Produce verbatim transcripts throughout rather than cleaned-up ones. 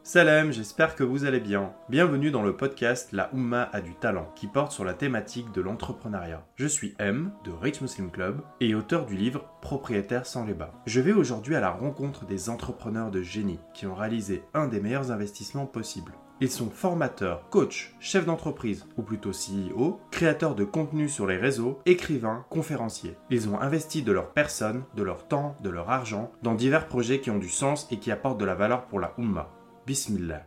Salam, j'espère que vous allez bien. Bienvenue dans le podcast La Oumma a du talent, qui porte sur la thématique de l'entrepreneuriat. Je suis M, de Rich Muslim Club, et auteur du livre Propriétaire sans les bas. Je vais aujourd'hui à la rencontre des entrepreneurs de génie, qui ont réalisé un des meilleurs investissements possibles. Ils sont formateurs, coachs, chefs d'entreprise, ou plutôt C E O, créateurs de contenu sur les réseaux, écrivains, conférenciers. Ils ont investi de leur personne, de leur temps, de leur argent, dans divers projets qui ont du sens et qui apportent de la valeur pour la Oumma. Bismillah.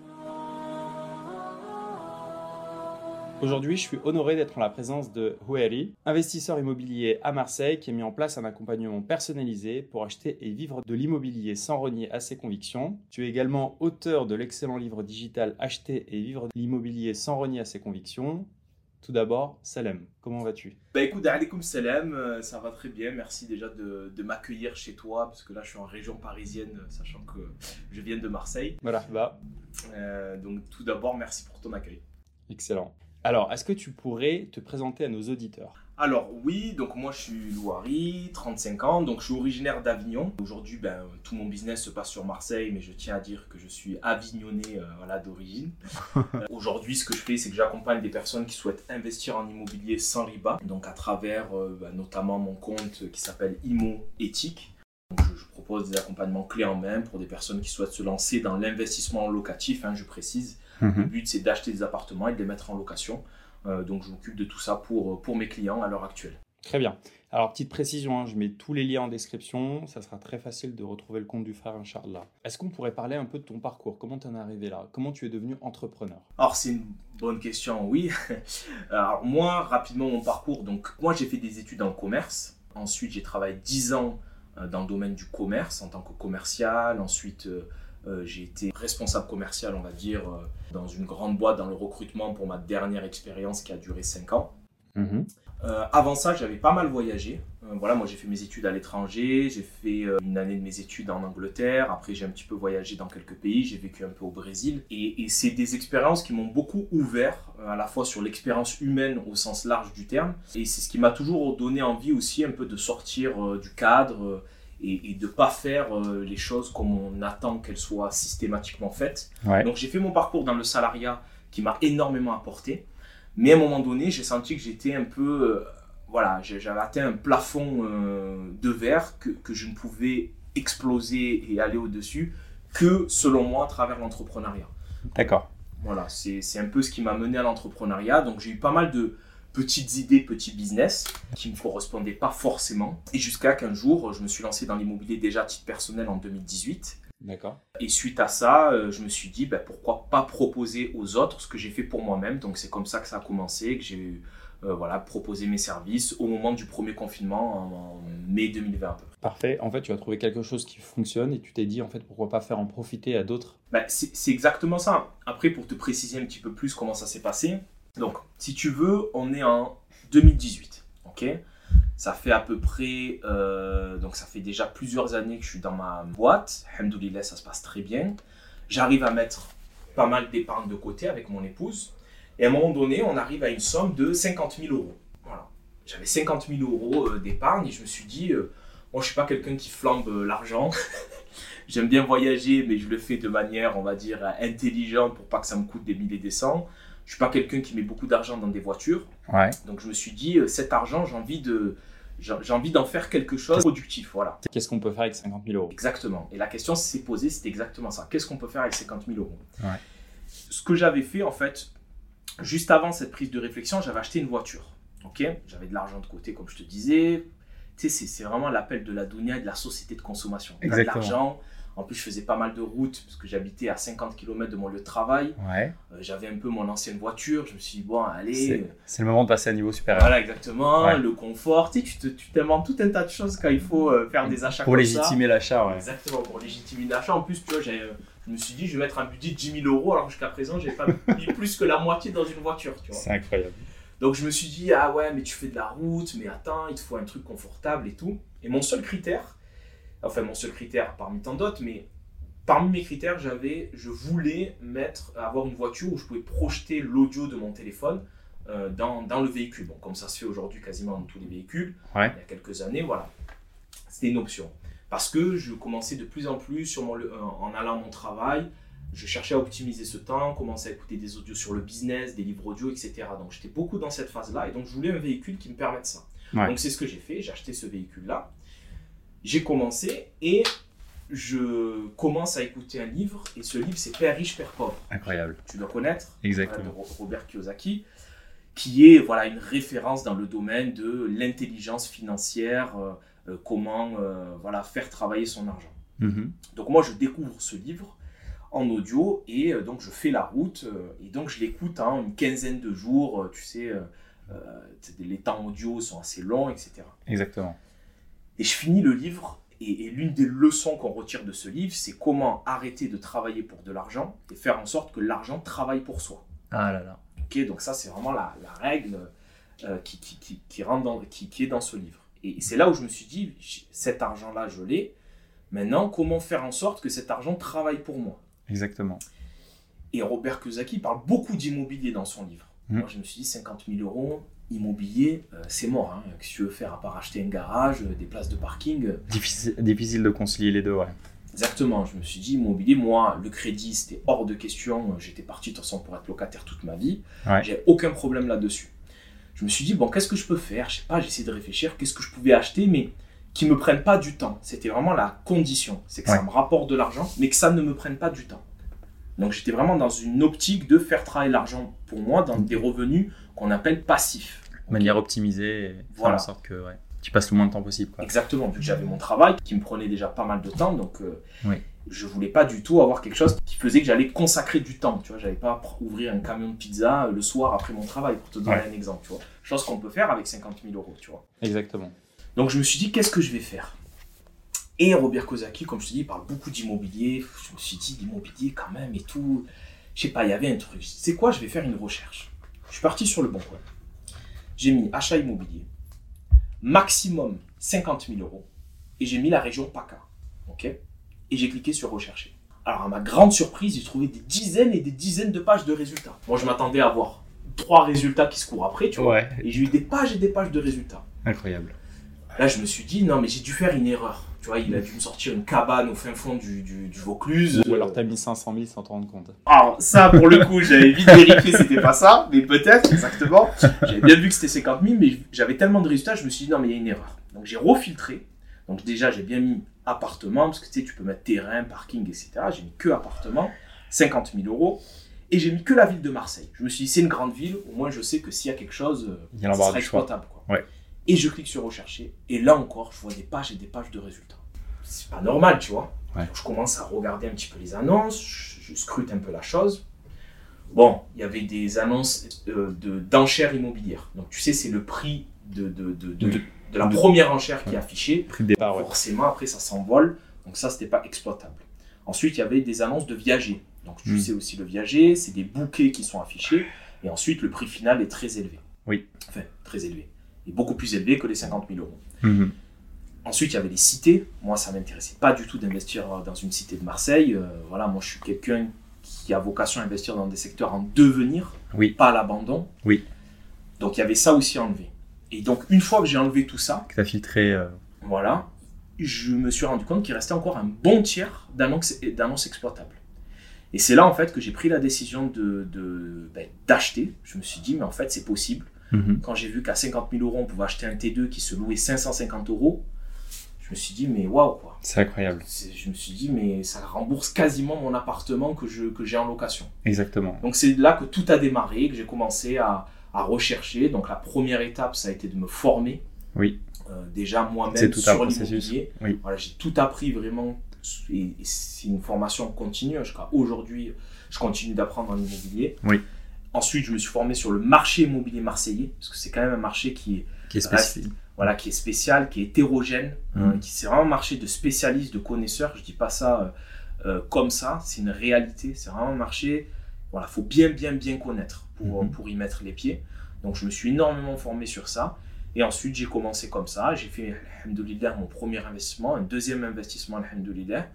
Aujourd'hui, je suis honoré d'être en la présence de Houeri, investisseur immobilier à Marseille qui a mis en place un accompagnement personnalisé pour acheter et vivre de l'immobilier sans renier à ses convictions. Tu es également auteur de l'excellent livre digital Acheter et vivre de l'immobilier sans renier à ses convictions. Tout d'abord, Salam, comment vas-tu ? Bah écoute, alaikum salam, ça va très bien, merci déjà de, de m'accueillir chez toi, parce que là je suis en région parisienne, sachant que je viens de Marseille. Marhaba. Euh, donc tout d'abord, merci pour ton accueil. Excellent. Alors, est-ce que tu pourrais te présenter à nos auditeurs ? Alors oui, donc moi je suis Louari, trente-cinq ans, donc je suis originaire d'Avignon. Aujourd'hui, ben, tout mon business se passe sur Marseille, mais je tiens à dire que je suis avignonnais euh, voilà, d'origine. euh, aujourd'hui, ce que je fais, c'est que j'accompagne des personnes qui souhaitent investir en immobilier sans riba, donc à travers euh, ben, notamment mon compte qui s'appelle Imo Éthique. Donc, je, je propose des accompagnements clés en main pour des personnes qui souhaitent se lancer dans l'investissement locatif, hein, je précise. Mmh. Le but, c'est d'acheter des appartements et de les mettre en location. Euh, donc, je m'occupe de tout ça pour, pour mes clients à l'heure actuelle. Très bien. Alors, petite précision, hein, je mets tous les liens en description. Ça sera très facile de retrouver le compte du frère, Inch'Allah. Est-ce qu'on pourrait parler un peu de ton parcours ? Comment tu en es arrivé là ? Comment tu es devenu entrepreneur ? Alors, c'est une bonne question, oui. Alors, moi, rapidement, mon parcours. Donc, moi, j'ai fait des études en commerce. Ensuite, j'ai travaillé dix ans dans le domaine du commerce en tant que commercial. Ensuite, euh, Euh, j'ai été responsable commercial, on va dire, euh, dans une grande boîte dans le recrutement pour ma dernière expérience qui a duré cinq ans. Mmh. Euh, avant ça, j'avais pas mal voyagé. Euh, voilà, moi j'ai fait mes études à l'étranger, j'ai fait euh, une année de mes études en Angleterre. Après, j'ai un petit peu voyagé dans quelques pays, j'ai vécu un peu au Brésil. Et, et c'est des expériences qui m'ont beaucoup ouvert, euh, à la fois sur l'expérience humaine au sens large du terme. Et c'est ce qui m'a toujours donné envie aussi un peu de sortir euh, du cadre. Euh, et, et de ne pas faire euh, les choses comme on attend qu'elles soient systématiquement faites. Ouais. Donc j'ai fait mon parcours dans le salariat qui m'a énormément apporté, mais à un moment donné, j'ai senti que j'étais un peu... Euh, voilà, j'avais atteint un plafond euh, de verre que, que je ne pouvais exploser et aller au-dessus que, selon moi, à travers l'entrepreneuriat. D'accord. Voilà, c'est, c'est un peu ce qui m'a mené à l'entrepreneuriat. Donc j'ai eu pas mal de petites idées, petits business qui ne me correspondaient pas forcément. Et jusqu'à qu'un jour, je me suis lancé dans l'immobilier déjà à titre personnel en deux mille dix-huit. D'accord. Et suite à ça, je me suis dit, ben, pourquoi pas proposer aux autres ce que j'ai fait pour moi-même. Donc c'est comme ça que ça a commencé, que j'ai euh, voilà, proposé mes services au moment du premier confinement en, en mai deux mille vingt à peu près. Parfait. En fait, tu as trouvé quelque chose qui fonctionne et tu t'es dit, en fait, pourquoi pas faire en profiter à d'autres ? Ben, c'est, c'est exactement ça. Après, pour te préciser un petit peu plus comment ça s'est passé, donc, si tu veux, on est en deux mille dix-huit, ok ? Ça fait à peu près, euh, donc ça fait déjà plusieurs années que je suis dans ma boîte. Alhamdoulilah, ça se passe très bien. J'arrive à mettre pas mal d'épargne de côté avec mon épouse. Et à un moment donné, on arrive à une somme de cinquante mille euros. Voilà. J'avais cinquante mille euros d'épargne et je me suis dit, euh, moi je ne suis pas quelqu'un qui flambe l'argent. J'aime bien voyager, mais je le fais de manière, on va dire, intelligente pour pas que ça me coûte des milliers et des cents. Je ne suis pas quelqu'un qui met beaucoup d'argent dans des voitures. Ouais. Donc, je me suis dit, cet argent, j'ai envie, de, j'ai, j'ai envie d'en faire quelque chose de productif. Voilà. Qu'est-ce qu'on peut faire avec cinquante mille euros ? Exactement. Et la question s'est posée, c'était exactement ça. Qu'est-ce qu'on peut faire avec cinquante mille euros ? Ouais. Ce que j'avais fait, en fait, juste avant cette prise de réflexion, j'avais acheté une voiture. Okay ? J'avais de l'argent de côté, comme je te disais. Tu sais, c'est, c'est vraiment l'appel de la dounia et de la société de consommation. Tu as de l'argent. En plus, je faisais pas mal de routes parce que j'habitais à cinquante kilomètres de mon lieu de travail. Ouais. Euh, j'avais un peu mon ancienne voiture. Je me suis dit, bon, allez. C'est, c'est le moment de passer à un niveau supérieur. Voilà, exactement. Ouais. Le confort. Tu sais, tu, te, tu t'inventes tout un tas de choses quand il faut euh, faire des achats pour comme légitimer ça. l'achat, ouais. Exactement, pour légitimer l'achat. En plus, tu vois, j'ai, je me suis dit, je vais mettre un budget de dix mille euros alors que jusqu'à présent, je n'ai pas mis plus que la moitié dans une voiture. Tu vois. C'est incroyable. Donc, je me suis dit, ah ouais, mais tu fais de la route, mais attends, il te faut un truc confortable et tout. Et mon seul critère, enfin, mon seul critère parmi tant d'autres, mais parmi mes critères, j'avais, je voulais mettre, avoir une voiture où je pouvais projeter l'audio de mon téléphone euh, dans, dans le véhicule. Bon, comme ça se fait aujourd'hui quasiment dans tous les véhicules, ouais. Il y a quelques années, voilà. C'était une option. Parce que je commençais de plus en plus, sur mon, euh, en allant à mon travail, je cherchais à optimiser ce temps, commencer à écouter des audios sur le business, des livres audio, et cetera. Donc j'étais beaucoup dans cette phase-là et donc je voulais un véhicule qui me permette ça. Ouais. Donc c'est ce que j'ai fait, j'ai acheté ce véhicule-là. J'ai commencé et je commence à écouter un livre et ce livre c'est Père riche, Père pauvre. Incroyable. Tu dois connaître. Exactement. Voilà, de Robert Kiyosaki, qui est voilà, une référence dans le domaine de l'intelligence financière, euh, euh, comment euh, voilà, faire travailler son argent. Mm-hmm. Donc moi je découvre ce livre en audio et euh, donc je fais la route euh, et donc je l'écoute en une quinzaine de jours, euh, tu sais, euh, euh, les temps audio sont assez longs, et cetera. Exactement. Et je finis le livre et, et l'une des leçons qu'on retire de ce livre, c'est comment arrêter de travailler pour de l'argent et faire en sorte que l'argent travaille pour soi. Ah là là. Ok, donc ça c'est vraiment la, la règle euh, qui, qui, qui, qui, rentre dans, qui, qui est dans ce livre. Et, et c'est là où je me suis dit, cet argent-là je l'ai, maintenant comment faire en sorte que cet argent travaille pour moi. Exactement. Et Robert Kiyosaki parle beaucoup d'immobilier dans son livre. Mmh. Moi je me suis dit cinquante mille euros, immobilier, euh, c'est mort. Hein. Qu'est-ce que tu veux faire à part acheter un garage, euh, des places de parking euh... difficile, difficile de concilier les deux, ouais. Exactement, je me suis dit immobilier, moi le crédit c'était hors de question, j'étais parti de toute façon pour être locataire toute ma vie, ouais. J'ai aucun problème là-dessus. Je me suis dit bon qu'est-ce que je peux faire, je sais pas, j'ai essayé de réfléchir, qu'est-ce que je pouvais acheter mais qui me prenne pas du temps, c'était vraiment la condition, c'est que ouais. Ça me rapporte de l'argent mais que ça ne me prenne pas du temps. Donc j'étais vraiment dans une optique de faire travailler l'argent pour moi dans des revenus qu'on appelle passifs. De manière optimisée, et voilà. Faire en sorte que ouais, tu passes le moins de temps possible. Quoi. Exactement, vu que j'avais mon travail qui me prenait déjà pas mal de temps, donc euh, oui. Je voulais pas du tout avoir quelque chose qui faisait que j'allais consacrer du temps. Tu vois, j'allais pas ouvrir un camion de pizza le soir après mon travail, pour te donner ouais. un exemple. Tu vois, chose qu'on peut faire avec cinquante mille euros. Tu vois. Exactement. Donc je me suis dit, qu'est-ce que je vais faire ? Et Robert Kiyosaki, comme je te dis, il parle beaucoup d'immobilier. Je me suis dit, l'immobilier quand même et tout. Je sais pas, il y avait un truc. C'est quoi ? Je vais faire une recherche. Je suis parti sur le bon coin. J'ai mis achat immobilier, maximum cinquante mille euros. Et j'ai mis la région PACA. Ok ? Et j'ai cliqué sur rechercher. Alors, à ma grande surprise, j'ai trouvé des dizaines et des dizaines de pages de résultats. Moi, je m'attendais à avoir trois résultats qui se courent après, tu vois. Ouais. Et j'ai eu des pages et des pages de résultats. Incroyable. Là, je me suis dit, non, mais j'ai dû faire une erreur. Tu vois, il a dû me sortir une cabane au fin fond du, du, du Vaucluse. Ou alors t'as mis cinq cent mille sans te rendre compte. Alors ça, pour le coup, j'avais vite vérifié, c'était pas ça, mais peut-être, exactement. J'avais bien vu que c'était cinquante mille, mais j'avais tellement de résultats, je me suis dit, non, mais il y a une erreur. Donc j'ai refiltré. Donc déjà, j'ai bien mis appartement, parce que tu sais, tu peux mettre terrain, parking, et cetera. J'ai mis que appartement, cinquante mille euros. Et j'ai mis que la ville de Marseille. Je me suis dit, c'est une grande ville, au moins je sais que s'il y a quelque chose, il y a ça sera exploitable. Quoi. Ouais. Et je clique sur rechercher, et là encore, je vois des pages et des pages de résultats. C'est pas normal, tu vois. Ouais. Donc, je commence à regarder un petit peu les annonces, je, je scrute un peu la chose. Bon, il y avait des annonces euh, de, d'enchères immobilières. Donc, tu sais, c'est le prix de, de, de, de, de, de la première enchère qui est affichée. Prix de départ, ouais. Forcément, après, ça s'envole. Donc, ça, c'était pas exploitable. Ensuite, il y avait des annonces de viagers. Donc, tu mmh. sais aussi, le viager, c'est des bouquets qui sont affichés. Et ensuite, le prix final est très élevé. Oui. Enfin, très élevé. Et beaucoup plus élevé que les cinquante mille euros. Mmh. Ensuite, il y avait les cités. Moi, ça ne m'intéressait pas du tout d'investir dans une cité de Marseille. Euh, voilà, moi, je suis quelqu'un qui a vocation à investir dans des secteurs en devenir, oui. pas à l'abandon. Oui. Donc, il y avait ça aussi à enlever. Et donc, une fois que j'ai enlevé tout ça, que tu as filtré, euh... voilà, je me suis rendu compte qu'il restait encore un bon tiers d'annonces, d'annonces exploitables. Et c'est là, en fait, que j'ai pris la décision de, de, ben, d'acheter. Je me suis dit, mais en fait, c'est possible. Mm-hmm. Quand j'ai vu qu'à cinquante mille euros, on pouvait acheter un T deux qui se louait cinq cent cinquante euros, je me suis dit, mais waouh, quoi. C'est incroyable. C'est, je me suis dit, mais ça rembourse quasiment mon appartement que, je, que j'ai en location. Exactement. Donc, c'est là que tout a démarré, que j'ai commencé à, à rechercher. Donc, la première étape, ça a été de me former. Oui. Euh, déjà, moi-même, c'est tout sur un l'immobilier. Oui. Voilà, j'ai tout appris vraiment. Et, et c'est une formation continue. Jusqu'à aujourd'hui, je continue d'apprendre en immobilier. Oui. Ensuite, je me suis formé sur le marché immobilier marseillais, parce que c'est quand même un marché qui est, qui est spécial. Voilà, qui est spécial, qui est hétérogène, mmh. hein, qui c'est vraiment un marché de spécialistes, de connaisseurs. Je dis pas ça euh, euh, comme ça, c'est une réalité. C'est vraiment un marché, voilà, faut bien, bien, bien connaître pour, mmh. pour y mettre les pieds. Donc, je me suis énormément formé sur ça. Et ensuite, j'ai commencé comme ça. J'ai fait, alhamdoulilah, mon premier investissement, un deuxième investissement, alhamdoulilah.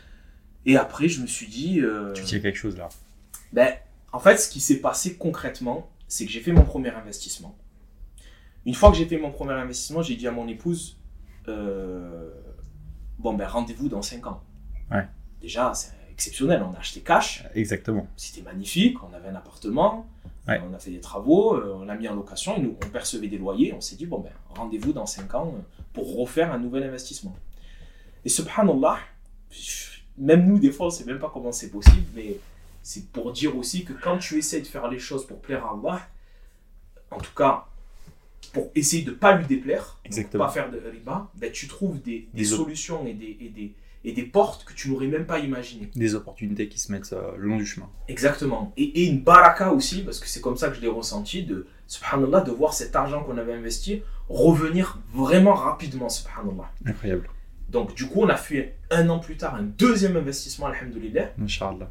Et après, je me suis dit... Euh, tu tiens quelque chose là. Ben, en fait, ce qui s'est passé concrètement, c'est que j'ai fait mon premier investissement. Une fois que j'ai fait mon premier investissement, j'ai dit à mon épouse, euh, bon ben rendez-vous dans cinq ans. Ouais. Déjà, c'est exceptionnel. On a acheté cash. Exactement. C'était magnifique. On avait un appartement. Ouais. On a fait des travaux. On l'a mis en location. Et nous, on percevait des loyers. On s'est dit, bon, ben, rendez-vous dans cinq ans pour refaire un nouvel investissement. Et subhanallah, même nous, des fois, on ne sait même pas comment c'est possible. Mais c'est pour dire aussi que quand tu essaies de faire les choses pour plaire à Allah, en tout cas, pour essayer de ne pas lui déplaire, pour ne pas faire de riba, ben, tu trouves des, des, des solutions et des, et, des, et des portes que tu n'aurais même pas imaginées. Des opportunités qui se mettent euh, le long du chemin. Exactement. Et, et une baraka aussi, parce que c'est comme ça que je l'ai ressenti, de, subhanallah, de voir cet argent qu'on avait investi revenir vraiment rapidement, subhanallah. Incroyable. Donc du coup, on a fait un an plus tard un deuxième investissement, alhamdoulilah. Inch'Allah.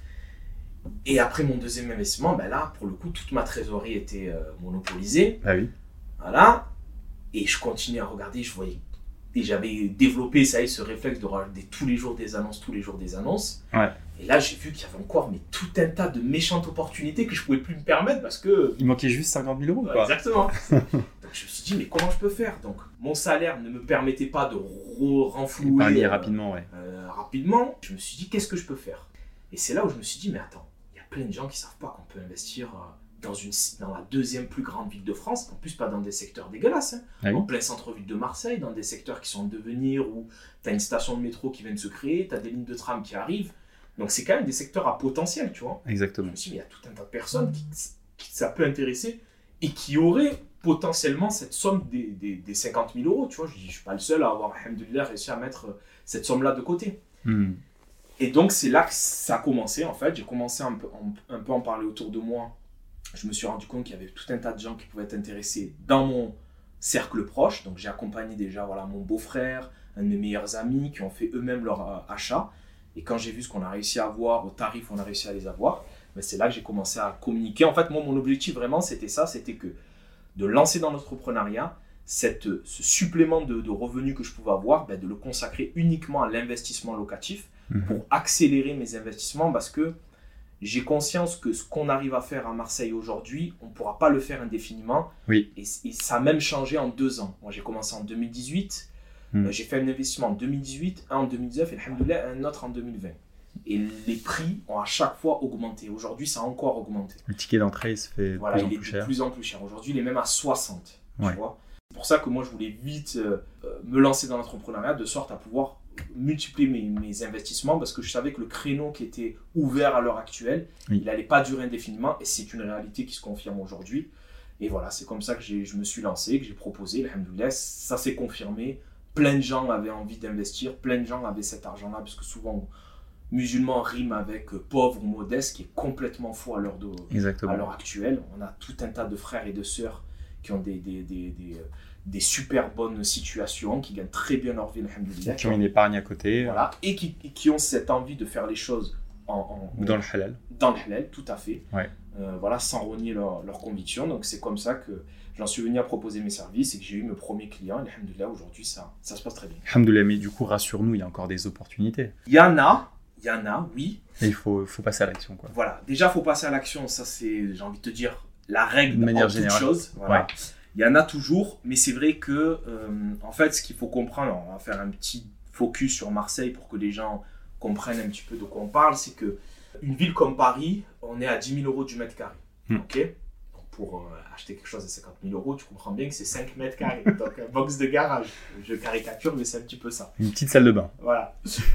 Et après mon deuxième investissement, ben là, pour le coup, toute ma trésorerie était euh, monopolisée. Ah oui. Voilà. Et je continuais à regarder, je voyais. Et j'avais développé, ça y est, ce réflexe de regarder tous les jours des annonces, tous les jours des annonces. Ouais. Et là, j'ai vu qu'il y avait encore mais, tout un tas de méchantes opportunités que je ne pouvais plus me permettre parce que. Il manquait juste cinquante mille euros, ouais, quoi. Exactement. Donc je me suis dit, mais comment je peux faire? Donc mon salaire ne me permettait pas de renflouer. Épargner euh, rapidement, ouais. Euh, rapidement. Je me suis dit, qu'est-ce que je peux faire? Et c'est là où je me suis dit, mais attends, il y a plein de gens qui ne savent pas qu'on peut investir dans, une, dans la deuxième plus grande ville de France, en plus pas dans des secteurs dégueulasses, hein. Ah oui. En plein centre-ville de Marseille, dans des secteurs qui sont en devenir, où tu as une station de métro qui vient de se créer, tu as des lignes de tram qui arrivent. Donc c'est quand même des secteurs à potentiel, tu vois. Exactement. Je me suis dit, mais il y a tout un tas de personnes qui, qui ça peut intéresser et qui auraient potentiellement cette somme des, des, des cinquante mille euros, tu vois. Je dis, je ne suis pas le seul à avoir, alhamdoulilah, réussi à mettre cette somme-là de côté. Mm. Et donc c'est là que ça a commencé, en fait. J'ai commencé un peu, un, un peu à en parler autour de moi. Je me suis rendu compte qu'il y avait tout un tas de gens qui pouvaient être intéressés dans mon cercle proche. Donc j'ai accompagné déjà voilà, mon beau-frère, un de mes meilleurs amis qui ont fait eux-mêmes leur euh, achat. Et quand j'ai vu ce qu'on a réussi à avoir, au tarif on a réussi à les avoir, ben c'est là que j'ai commencé à communiquer. En fait, moi, mon objectif vraiment, c'était ça, c'était que de lancer dans l'entrepreneuriat, cette, ce supplément de, de revenus que je pouvais avoir, ben de le consacrer uniquement à l'investissement locatif mmh. pour accélérer mes investissements parce que j'ai conscience que ce qu'on arrive à faire à Marseille aujourd'hui, on ne pourra pas le faire indéfiniment. Oui. Et, et ça a même changé en deux ans. Moi, j'ai commencé en deux mille dix-huit. Mmh. Euh, j'ai fait un investissement en deux mille dix-huit, un en deux mille dix-neuf et alhamdoulilah, un autre en deux mille vingt. Et les prix ont à chaque fois augmenté. Aujourd'hui, ça a encore augmenté. Le ticket d'entrée il se fait de voilà, plus en il plus est cher. de plus en plus cher. Aujourd'hui, il est même à soixante. Ouais. Tu vois. C'est pour ça que moi, je voulais vite euh, me lancer dans l'entrepreneuriat de sorte à pouvoir multiplier mes, mes investissements parce que je savais que le créneau qui était ouvert à l'heure actuelle, oui. il n'allait pas durer indéfiniment et c'est une réalité qui se confirme aujourd'hui. Et voilà, c'est comme ça que j'ai, je me suis lancé, que j'ai proposé, alhamdoulilah, ça s'est confirmé. Plein de gens avaient envie d'investir, plein de gens avaient cet argent-là parce que souvent, musulman rime avec pauvre ou modeste, qui est complètement faux à l'heure, de, à l'heure actuelle. On a tout un tas de frères et de sœurs qui ont des, des, des, des, des super bonnes situations, qui gagnent très bien leur vie, alhamdoulilah. Qui ont une épargne à côté. Voilà, et qui, qui ont cette envie de faire les choses en, en, dans le halal. Dans le halal, tout à fait. Ouais. Euh, voilà, sans renier leurs leur convictions. Donc c'est comme ça que j'en suis venu à proposer mes services et que j'ai eu mes premiers clients. Et alhamdoulilah, aujourd'hui, ça, ça se passe très bien. Alhamdoulilah, mais du coup, rassure-nous, il y a encore des opportunités. Il y en a, il y en a, oui. Et il faut, faut passer à l'action, quoi. Voilà, déjà, il faut passer à l'action. Ça, c'est, j'ai envie de te dire, la règle de manière en générale. toute chose. Voilà. Ouais. Il y en a toujours, mais c'est vrai que, euh, en fait, ce qu'il faut comprendre, on va faire un petit focus sur Marseille pour que les gens comprennent un petit peu de quoi on parle, c'est que une ville comme Paris, on est à dix mille euros du mètre carré. Mmh. Ok. Donc pour euh, acheter quelque chose à cinquante mille euros, tu comprends bien que c'est cinq mètres carrés. Donc un box de garage. Je caricature, mais c'est un petit peu ça. Une petite salle de bain. Voilà.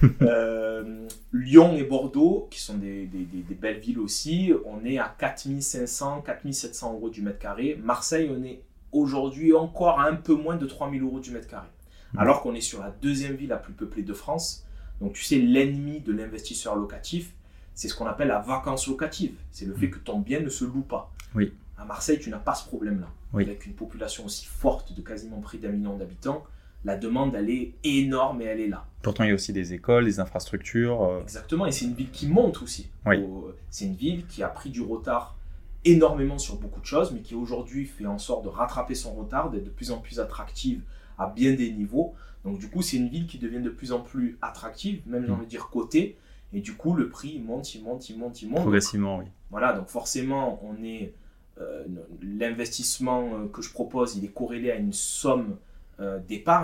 euh, Lyon et Bordeaux, qui sont des, des, des, des belles villes aussi, on est à quatre mille cinq cents, quatre mille sept cents euros du mètre carré. Marseille, on est aujourd'hui encore à un peu moins de trois mille euros du mètre carré. Mmh. Alors qu'on est sur la deuxième ville la plus peuplée de France. Donc tu sais, l'ennemi de l'investisseur locatif, c'est ce qu'on appelle la vacance locative. C'est le fait que ton bien ne se loue pas. Oui. À Marseille, tu n'as pas ce problème-là. Oui. Avec une population aussi forte de quasiment près d'un million d'habitants, la demande, elle est énorme et elle est là. Pourtant, il y a aussi des écoles, des infrastructures. Euh... Exactement, et c'est une ville qui monte aussi. Oui. C'est une ville qui a pris du retard énormément sur beaucoup de choses, mais qui aujourd'hui fait en sorte de rattraper son retard, d'être de plus en plus attractive à bien des niveaux. Donc du coup, c'est une ville qui devient de plus en plus attractive, même j'ai envie de dire cotée. Et du coup, le prix il monte, il monte, il monte, il monte. Progressivement, oui. Voilà, donc forcément, on est, euh, l'investissement que je propose, il est corrélé à une somme euh, d'épargne.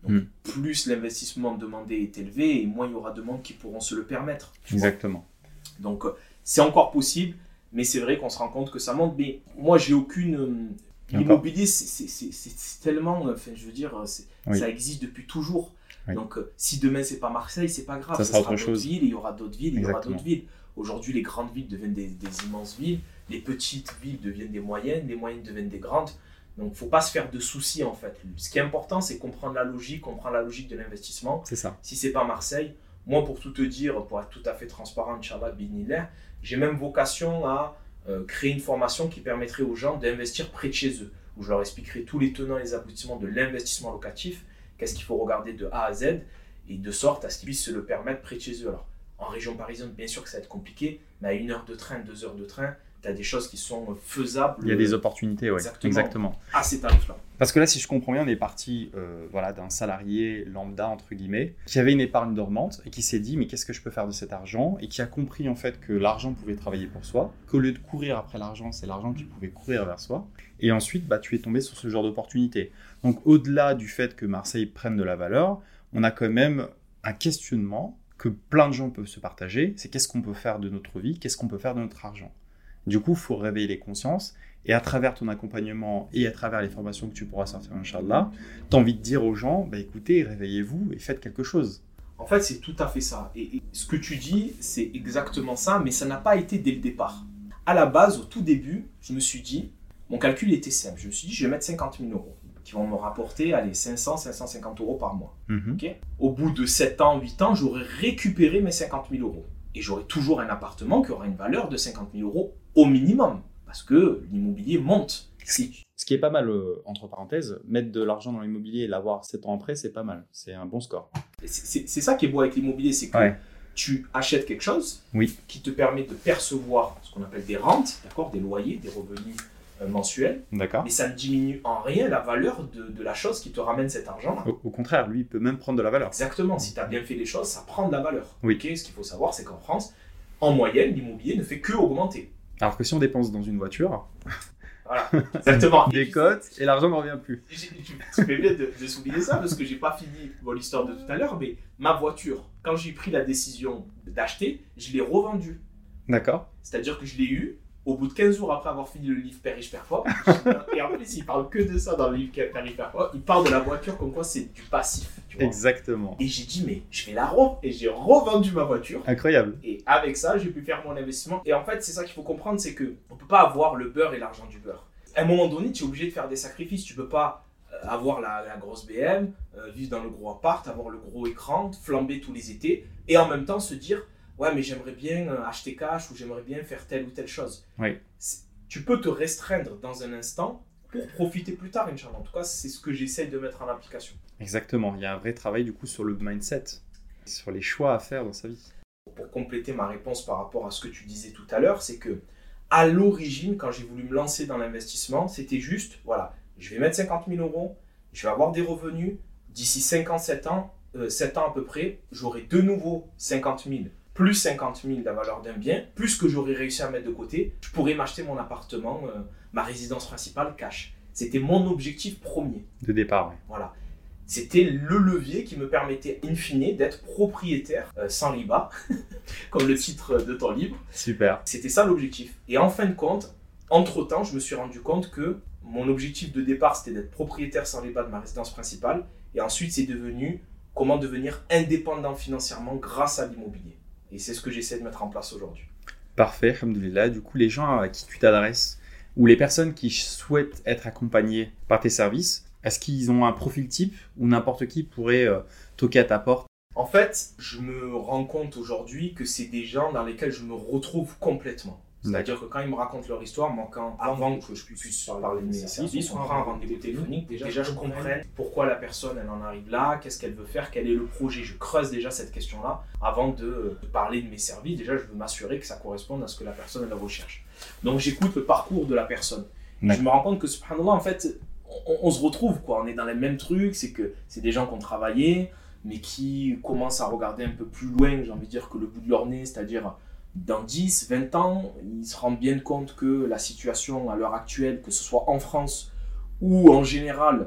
Donc, Mm. plus l'investissement demandé est élevé, et moins il y aura de monde qui pourront se le permettre. tu vois. Exactement. Donc, euh, c'est encore possible, mais c'est vrai qu'on se rend compte que ça monte. Mais moi, j'ai aucune... euh, Et L'immobilier, c'est, c'est, c'est, c'est, c'est tellement... euh, Enfin, je veux dire, c'est, Oui. ça existe depuis toujours. Oui. Donc, euh, si demain, c'est pas Marseille, c'est pas grave. Ça Ce sera sera autre d'autres chose. villes, et il y aura d'autres villes, et il y aura Exactement. d'autres villes. Aujourd'hui, les grandes villes deviennent des, des immenses villes. Les petites villes deviennent des moyennes. Les moyennes deviennent des grandes. Donc, il ne faut pas se faire de soucis, en fait. Ce qui est important, c'est comprendre la logique, comprendre la logique de l'investissement. C'est ça. Si c'est pas Marseille, moi, pour tout te dire, pour être tout à fait transparent, Inch'Allah, Bidnillah, j'ai même vocation à euh, créer une formation qui permettrait aux gens d'investir près de chez eux, où je leur expliquerai tous les tenants et les aboutissements de l'investissement locatif, qu'est-ce qu'il faut regarder de A à Z, et de sorte à ce qu'ils puissent se le permettre près de chez eux. Alors, en région parisienne, bien sûr que ça va être compliqué, mais à une heure de train, deux heures de train, tu as des choses qui sont faisables. Il y a des opportunités, oui. Exactement. Exactement. À ces tarifs-là. Parce que là, si je comprends bien, on est parti euh, voilà, d'un salarié lambda, entre guillemets, qui avait une épargne dormante et qui s'est dit, mais qu'est-ce que je peux faire de cet argent? Et qui a compris en fait que l'argent pouvait travailler pour soi, qu'au lieu de courir après l'argent, c'est l'argent qui pouvait courir vers soi. Et ensuite, bah, tu es tombé sur ce genre d'opportunité. Donc, au-delà du fait que Marseille prenne de la valeur, on a quand même un questionnement que plein de gens peuvent se partager, c'est qu'est-ce qu'on peut faire de notre vie, qu'est-ce qu'on peut faire de notre argent. Du coup, il faut réveiller les consciences. Et à travers ton accompagnement et à travers les formations que tu pourras sortir, Inch'Allah, tu as envie de dire aux gens, bah, écoutez, réveillez-vous et faites quelque chose. En fait, c'est tout à fait ça. Et, et ce que tu dis, c'est exactement ça, mais ça n'a pas été dès le départ. À la base, au tout début, je me suis dit, mon calcul était simple. Je me suis dit, je vais mettre cinquante mille euros, qui vont me rapporter allez, cinq cents, cinq cent cinquante euros par mois. Mm-hmm. Okay. Au bout de sept ans, huit ans, j'aurai récupéré mes cinquante mille euros. Et j'aurai toujours un appartement qui aura une valeur de cinquante mille euros au minimum. Parce que l'immobilier monte. Si... Ce qui est pas mal, euh, entre parenthèses, mettre de l'argent dans l'immobilier et l'avoir sept ans après, c'est pas mal. C'est un bon score. C'est, c'est, c'est ça qui est beau avec l'immobilier, c'est que ouais. tu achètes quelque chose oui. qui te permet de percevoir ce qu'on appelle des rentes, d'accord, des loyers, des revenus euh, mensuels. D'accord. Mais ça ne diminue en rien la valeur de, de la chose qui te ramène cet argent. Au, au contraire, lui, il peut même prendre de la valeur. Exactement. Si tu as bien fait les choses, ça prend de la valeur. Oui. Okay, ce qu'il faut savoir, c'est qu'en France, en moyenne, l'immobilier ne fait que augmenter. Alors que si on dépense dans une voiture, voilà, exactement. on décote et l'argent ne revient plus. Tu fais bien de, de souligner ça parce que j'ai pas fini bon, l'histoire de tout à l'heure, mais ma voiture, quand j'ai pris la décision d'acheter, je l'ai revendue. D'accord. C'est-à-dire que je l'ai eu au bout de quinze jours après avoir fini le livre Père riche, Père pauvre. Et en plus, il parle que de ça dans le livre Père riche, Père pauvre. Il parle de la voiture comme quoi c'est du passif. Tu vois. Exactement. Et j'ai dit, mais je vais la revendre. Et j'ai revendu ma voiture. Incroyable. Et avec ça, j'ai pu faire mon investissement. Et en fait, c'est ça qu'il faut comprendre, c'est qu'on ne peut pas avoir le beurre et l'argent du beurre. À un moment donné, tu es obligé de faire des sacrifices. Tu ne peux pas avoir la, la grosse B M, euh, vivre dans le gros appart, avoir le gros écran, flamber tous les étés. Et en même temps se dire, ouais, mais j'aimerais bien acheter cash ou j'aimerais bien faire telle ou telle chose. Oui. C'est, tu peux te restreindre dans un instant pour profiter plus tard, Inch'Allah. En tout cas, c'est ce que j'essaye de mettre en application. Exactement. Il y a un vrai travail du coup sur le mindset, sur les choix à faire dans sa vie. Pour compléter ma réponse par rapport à ce que tu disais tout à l'heure, c'est que à l'origine, quand j'ai voulu me lancer dans l'investissement, c'était juste, voilà, je vais mettre cinquante mille euros, je vais avoir des revenus, d'ici cinq ans, sept ans, euh, sept ans à peu près, j'aurai de nouveau cinquante mille plus cinquante mille la valeur d'un bien, plus que j'aurais réussi à mettre de côté, je pourrais m'acheter mon appartement, euh, ma résidence principale cash. C'était mon objectif premier. De départ, oui. Voilà. C'était le levier qui me permettait, in fine, d'être propriétaire euh, sans riba, comme le titre de ton livre. Super. C'était ça l'objectif. Et en fin de compte, entre-temps, je me suis rendu compte que mon objectif de départ, c'était d'être propriétaire sans riba de ma résidence principale. Et ensuite, c'est devenu comment devenir indépendant financièrement grâce à l'immobilier. Et c'est ce que j'essaie de mettre en place aujourd'hui. Parfait, alhamdoulilah. Du coup, les gens à qui tu t'adresses, ou les personnes qui souhaitent être accompagnées par tes services, est-ce qu'ils ont un profil type ou n'importe qui pourrait euh, toquer à ta porte? En fait, je me rends compte aujourd'hui que c'est des gens dans lesquels je me retrouve complètement. C'est-à-dire que quand ils me racontent leur histoire, moi, quand, avant que je puisse parler de mes services, on prend un rendez-vous téléphonique, déjà, déjà je comprenne pourquoi la personne elle en arrive là, qu'est-ce qu'elle veut faire, quel est le projet. Je creuse déjà cette question-là avant de, de parler de mes services. Déjà, je veux m'assurer que ça corresponde à ce que la personne elle recherche. Donc, j'écoute le parcours de la personne. Je me rends compte que, subhanallah, en fait, on, on se retrouve, quoi. On est dans les mêmes trucs, c'est que c'est des gens qui ont travaillé, mais qui commencent à regarder un peu plus loin, j'ai envie de dire, que le bout de leur nez, c'est-à-dire dans dix, vingt ans, ils se rendent bien compte que la situation à l'heure actuelle, que ce soit en France ou en général,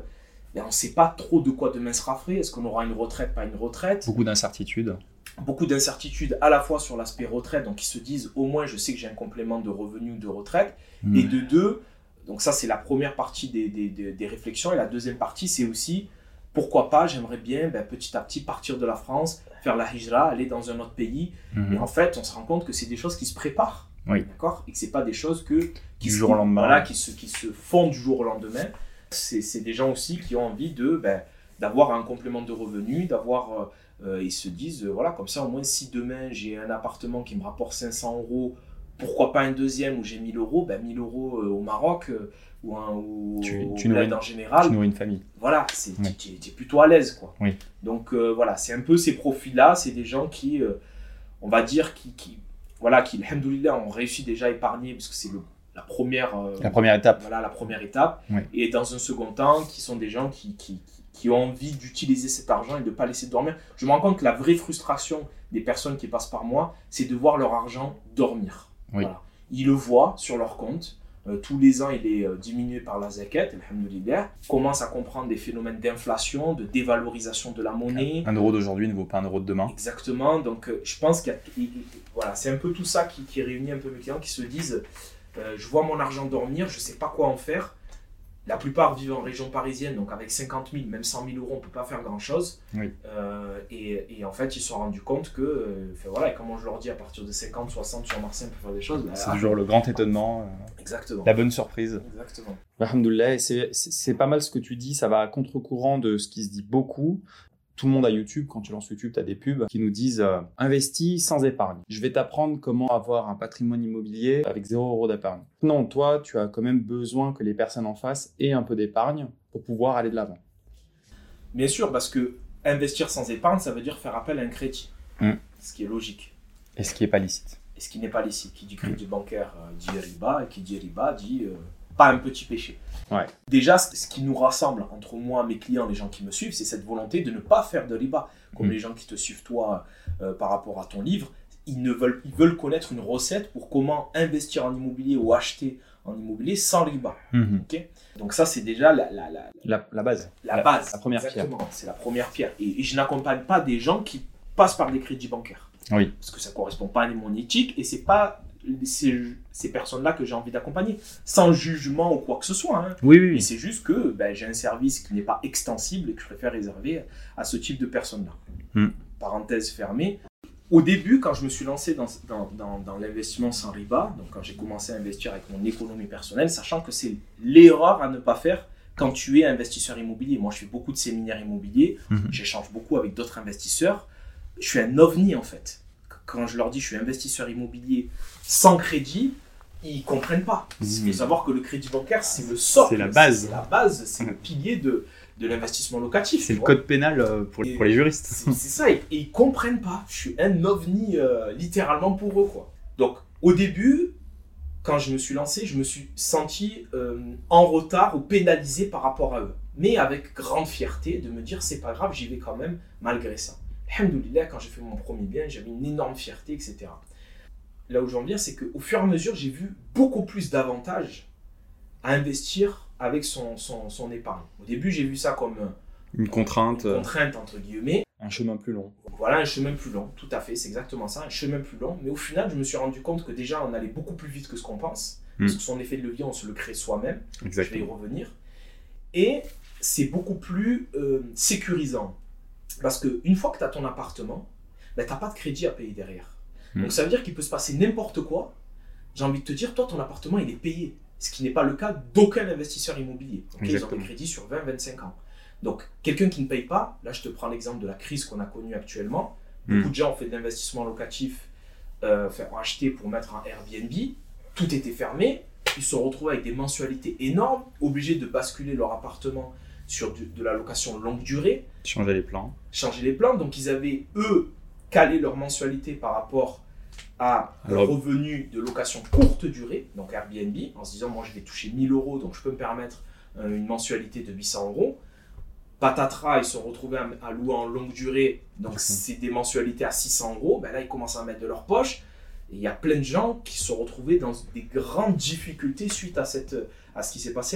Et on ne sait pas trop de quoi demain sera fait. Est-ce qu'on aura une retraite, pas une retraite? Beaucoup d'incertitudes. Beaucoup d'incertitudes à la fois sur l'aspect retraite, donc ils se disent au moins je sais que j'ai un complément de revenu ou de retraite, mmh. et de deux, donc ça c'est la première partie des, des, des, des réflexions, et la deuxième partie c'est aussi pourquoi pas, j'aimerais bien ben, petit à petit partir de la France, faire la hijra, aller dans un autre pays, mmh. et en fait on se rend compte que c'est des choses qui se préparent, oui. d'accord, et que c'est pas des choses que, qui, du se, jour au lendemain. Voilà, qui, se, qui se font du jour au lendemain. C'est, c'est des gens aussi qui ont envie de, ben, d'avoir un complément de revenu, d'avoir... Euh, Euh, ils se disent, euh, voilà, comme ça, au moins, si demain j'ai un appartement qui me rapporte cinq cents euros, pourquoi pas un deuxième où j'ai mille euros, ben mille euros euh, au Maroc euh, ou, un, ou tu, au tu bled en général. Tu nourris une famille. Voilà, c'est, oui. tu es plutôt à l'aise, quoi. Oui. Donc, euh, voilà, c'est un peu ces profils-là, c'est des gens qui, euh, on va dire, qui, qui, voilà, qui, alhamdoulilah, ont réussi déjà à épargner, parce que c'est le, la, première, euh, la première étape. Voilà, la première étape. Oui. Et dans un second temps, qui sont des gens qui... qui, qui qui ont envie d'utiliser cet argent et de ne pas laisser dormir. Je me rends compte que la vraie frustration des personnes qui passent par moi, c'est de voir leur argent dormir. Oui. Voilà. Ils le voient sur leur compte. Euh, tous les ans, il est euh, diminué par la zakat, alhamdoulilah. Ils commencent à comprendre des phénomènes d'inflation, de dévalorisation de la monnaie. Un euro d'aujourd'hui ne vaut pas un euro de demain. Exactement. Donc, euh, je pense qu'il y a... Il, il, voilà, c'est un peu tout ça qui, qui réunit un peu mes clients qui se disent euh, je vois mon argent dormir, je ne sais pas quoi en faire. La plupart vivent en région parisienne, donc avec cinquante mille, même cent mille euros, on ne peut pas faire grand-chose. Oui. Euh, et, et en fait, ils se sont rendus compte que, euh, voilà, et comme je leur dis, à partir de cinquante, soixante sur Marseille, on peut faire des choses. Bah, c'est ah, toujours le grand étonnement, euh, exactement. La bonne surprise. Exactement. Alhamdoulilah, c'est, c'est, c'est pas mal ce que tu dis, ça va à contre-courant de ce qui se dit beaucoup. Tout le monde a YouTube, quand tu lances YouTube, tu as des pubs qui nous disent euh, « Investis sans épargne ». Je vais t'apprendre comment avoir un patrimoine immobilier avec zéro euro d'épargne. Non, toi, tu as quand même besoin que les personnes en face aient un peu d'épargne pour pouvoir aller de l'avant. Bien sûr, parce que investir sans épargne, ça veut dire faire appel à un crédit, mmh. ce qui est logique. Et ce qui n'est pas licite. Et ce qui n'est pas licite. Qui dit crédit mmh. bancaire euh, dit riba, et qui dit riba dit euh, pas un petit péché. Ouais. Déjà, ce qui nous rassemble entre moi, mes clients, les gens qui me suivent, c'est cette volonté de ne pas faire de riba. Comme mmh. les gens qui te suivent toi euh, par rapport à ton livre, ils, ne veulent, ils veulent connaître une recette pour comment investir en immobilier ou acheter en immobilier sans riba. Mmh. Okay, donc ça, c'est déjà la, la, la, la, la base. La, la base. La première exactement, pierre. C'est la première pierre. Et, et je n'accompagne pas des gens qui passent par des crédits bancaires. Oui. Parce que ça ne correspond pas à mon éthique et ce n'est pas... Ces, ces personnes-là que j'ai envie d'accompagner, sans jugement ou quoi que ce soit. Hein. Oui, oui, oui. Et c'est juste que ben, j'ai un service qui n'est pas extensible et que je préfère réserver à ce type de personnes-là. Mm. Parenthèse fermée. Au début, quand je me suis lancé dans, dans, dans, dans l'investissement sans riba, donc quand j'ai commencé à investir avec mon économie personnelle, sachant que c'est l'erreur à ne pas faire quand tu es investisseur immobilier. Moi, je fais beaucoup de séminaires immobiliers, mm-hmm. j'échange beaucoup avec d'autres investisseurs. Je suis un ovni en fait. Quand je leur dis je suis investisseur immobilier sans crédit, ils ne comprennent pas. Il mmh. faut savoir que le crédit bancaire, c'est le socle. C'est la base. C'est la base, c'est le pilier de, de l'investissement locatif. C'est le vois. Code pénal pour, pour les juristes. C'est, c'est ça, et, et ils ne comprennent pas. Je suis un ovni euh, littéralement pour eux, quoi. Donc, au début, quand je me suis lancé, je me suis senti euh, en retard ou pénalisé par rapport à eux. Mais avec grande fierté de me dire, c'est pas grave, j'y vais quand même malgré ça. Alhamdoulilah, quand j'ai fait mon premier bien, j'avais une énorme fierté, et cetera. Là où j'en viens, c'est qu'au fur et à mesure, j'ai vu beaucoup plus d'avantages à investir avec son, son, son épargne. Au début, j'ai vu ça comme une contrainte, une contrainte entre guillemets. Un chemin plus long. Voilà, un chemin plus long, tout à fait, c'est exactement ça, un chemin plus long. Mais au final, je me suis rendu compte que déjà, on allait beaucoup plus vite que ce qu'on pense. Mmh. Parce que son effet de levier, on se le crée soi-même. Exactement. Je vais y revenir. Et c'est beaucoup plus euh, sécurisant. Parce qu'une fois que tu as ton appartement, ben, tu n'as pas de crédit à payer derrière. Mmh. Donc ça veut dire qu'il peut se passer n'importe quoi. J'ai envie de te dire, toi, ton appartement, il est payé. Ce qui n'est pas le cas d'aucun investisseur immobilier. Okay, ils ont des crédits sur vingt à vingt-cinq ans. Donc, quelqu'un qui ne paye pas, là, je te prends l'exemple de la crise qu'on a connue actuellement. Mmh. Beaucoup de gens ont fait de l'investissement locatif, euh, enfin, ont acheté pour mettre en Airbnb. Tout était fermé. Ils se sont retrouvés avec des mensualités énormes, obligés de basculer leur appartement sur du, de la location longue durée. Changer les plans. Changer les plans. Donc, ils avaient, eux, calé leur mensualité par rapport à leur Alors... revenu de location courte durée, donc Airbnb, en se disant, moi, je vais toucher mille euros, donc je peux me permettre euh, une mensualité de huit cents euros. Patatras, ils se sont retrouvés à, à louer en longue durée, donc c'est des mensualités à six cents euros. Ben là, ils commencent à mettre de leur poche. Et il y a plein de gens qui se sont retrouvés dans des grandes difficultés suite à, cette, à ce qui s'est passé là.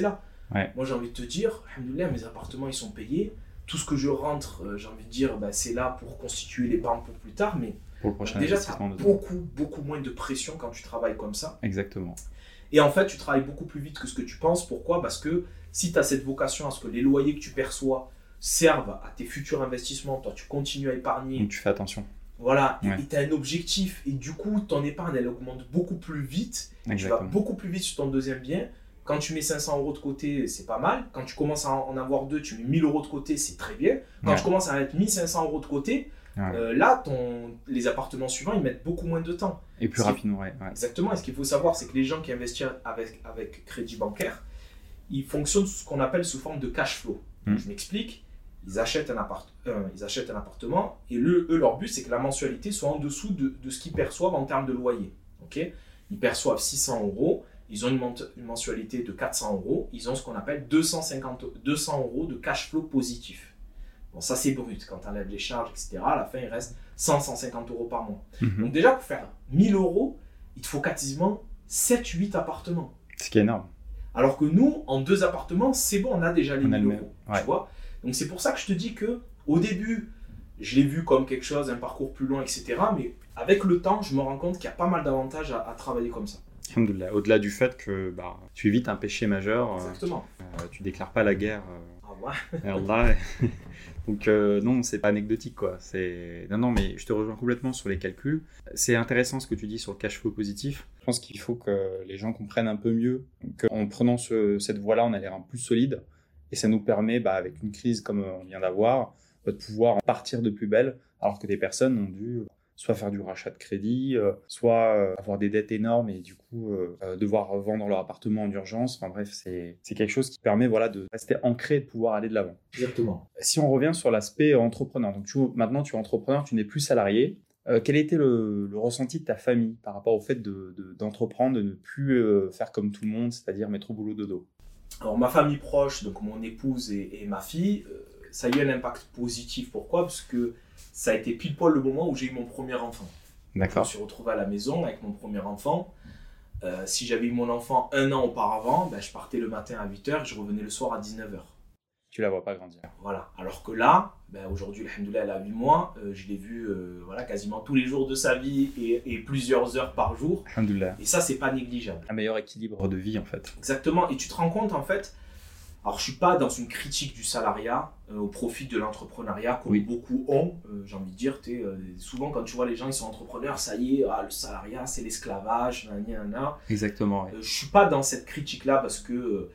Ouais. Moi, j'ai envie de te dire, alhamdoulilah, mes appartements, ils sont payés. Tout ce que je rentre, euh, j'ai envie de dire, bah, c'est là pour constituer l'épargne pour plus tard. Mais Pour le prochain déjà, tu as investissement de beaucoup, beaucoup moins de pression quand tu travailles comme ça. Exactement. Et en fait, tu travailles beaucoup plus vite que ce que tu penses. Pourquoi ? Parce que si tu as cette vocation à ce que les loyers que tu perçois servent à tes futurs investissements, toi, tu continues à épargner. Donc tu fais attention. Voilà, Ouais. et tu as un objectif. Et du coup, ton épargne, elle augmente beaucoup plus vite. Exactement. Tu vas beaucoup plus vite sur ton deuxième bien. Quand tu mets cinq cents euros de côté, c'est pas mal. Quand tu commences à en avoir deux, tu mets mille euros de côté, c'est très bien. Quand Ouais. tu commences à mettre mille cinq cents euros de côté, Ouais. euh, là, ton, les appartements suivants, ils mettent beaucoup moins de temps. Et plus Ce qui- rapidement, ouais. ouais. Exactement. Et ce qu'il faut savoir, c'est que les gens qui investissent avec, avec crédit bancaire, ils fonctionnent sous ce qu'on appelle sous forme de cash flow. Mm. Je m'explique. Ils achètent un, appart euh, ils achètent un appartement et le, eux, leur but, c'est que la mensualité soit en dessous de, de ce qu'ils perçoivent en termes de loyer. Okay, ils perçoivent six cents euros. Ils ont une, une mensualité de quatre cents euros. Ils ont ce qu'on appelle deux cent cinquante, deux cents euros de cash flow positif. Bon, ça, c'est brut. Quand tu enlèves les charges, et cetera, à la fin, il reste cent à cent cinquante euros par mois. Mhm. Donc, déjà, pour faire mille euros, il te faut quasiment sept huit appartements. Ce qui est énorme. Alors que nous, en deux appartements, c'est bon, on a déjà les On a le mille même, euros. ouais. Tu vois ? Donc, c'est pour ça que je te dis que au début, je l'ai vu comme quelque chose, un parcours plus long, et cetera. Mais avec le temps, je me rends compte qu'il y a pas mal d'avantages à, à travailler comme ça. Alhamdoulilah. Au-delà du fait que bah, tu évites un péché majeur, euh, Exactement. euh, tu déclares pas la guerre euh, Ah ouais. à Allah. Donc euh, non, c'est pas anecdotique quoi. C'est non non, mais je te rejoins complètement sur les calculs. C'est intéressant ce que tu dis sur le cash flow positif. Je pense qu'il faut que les gens comprennent un peu mieux qu'en prenant ce, cette voie-là, on a l'air un plus solide et ça nous permet, bah, avec une crise comme on vient d'avoir, de pouvoir partir de plus belle, alors que des personnes ont dû soit faire du rachat de crédit, euh, soit euh, avoir des dettes énormes et du coup euh, euh, devoir vendre leur appartement en urgence. Enfin bref, c'est, c'est quelque chose qui permet voilà, de rester ancré et de pouvoir aller de l'avant. Exactement. Si on revient sur l'aspect entrepreneur, donc tu, maintenant tu es entrepreneur, tu n'es plus salarié, euh, quel était le, le ressenti de ta famille par rapport au fait de, de, d'entreprendre, de ne plus euh, faire comme tout le monde, c'est-à-dire mettre au boulot dodo? Alors ma famille proche, donc mon épouse et, et ma fille, euh, ça a eu un impact positif. Pourquoi ? Parce que ça a été pile poil le moment où j'ai eu mon premier enfant. D'accord. Je me suis retrouvé à la maison avec mon premier enfant. Euh, si j'avais eu mon enfant un an auparavant, ben, je partais le matin à huit heures et je revenais le soir à dix-neuf heures. Tu la vois pas grandir. Voilà. Alors que là, ben, aujourd'hui, alhamdoulilah, elle a huit mois, euh, je l'ai vue euh, voilà, quasiment tous les jours de sa vie et, et plusieurs heures par jour. Alhamdoulilah. Et ça, c'est pas négligeable. Un meilleur équilibre de vie en fait. Exactement. Et tu te rends compte, en fait, alors je suis pas dans une critique du salariat euh, au profit de l'entrepreneuriat, comme Oui. beaucoup ont, euh, j'ai envie de dire. T'es, euh, souvent, quand tu vois les gens, ils sont entrepreneurs, ça y est, ah, le salariat, c'est l'esclavage, nan, nan, nan. Exactement. Ouais. Euh, je suis pas dans cette critique-là parce que euh,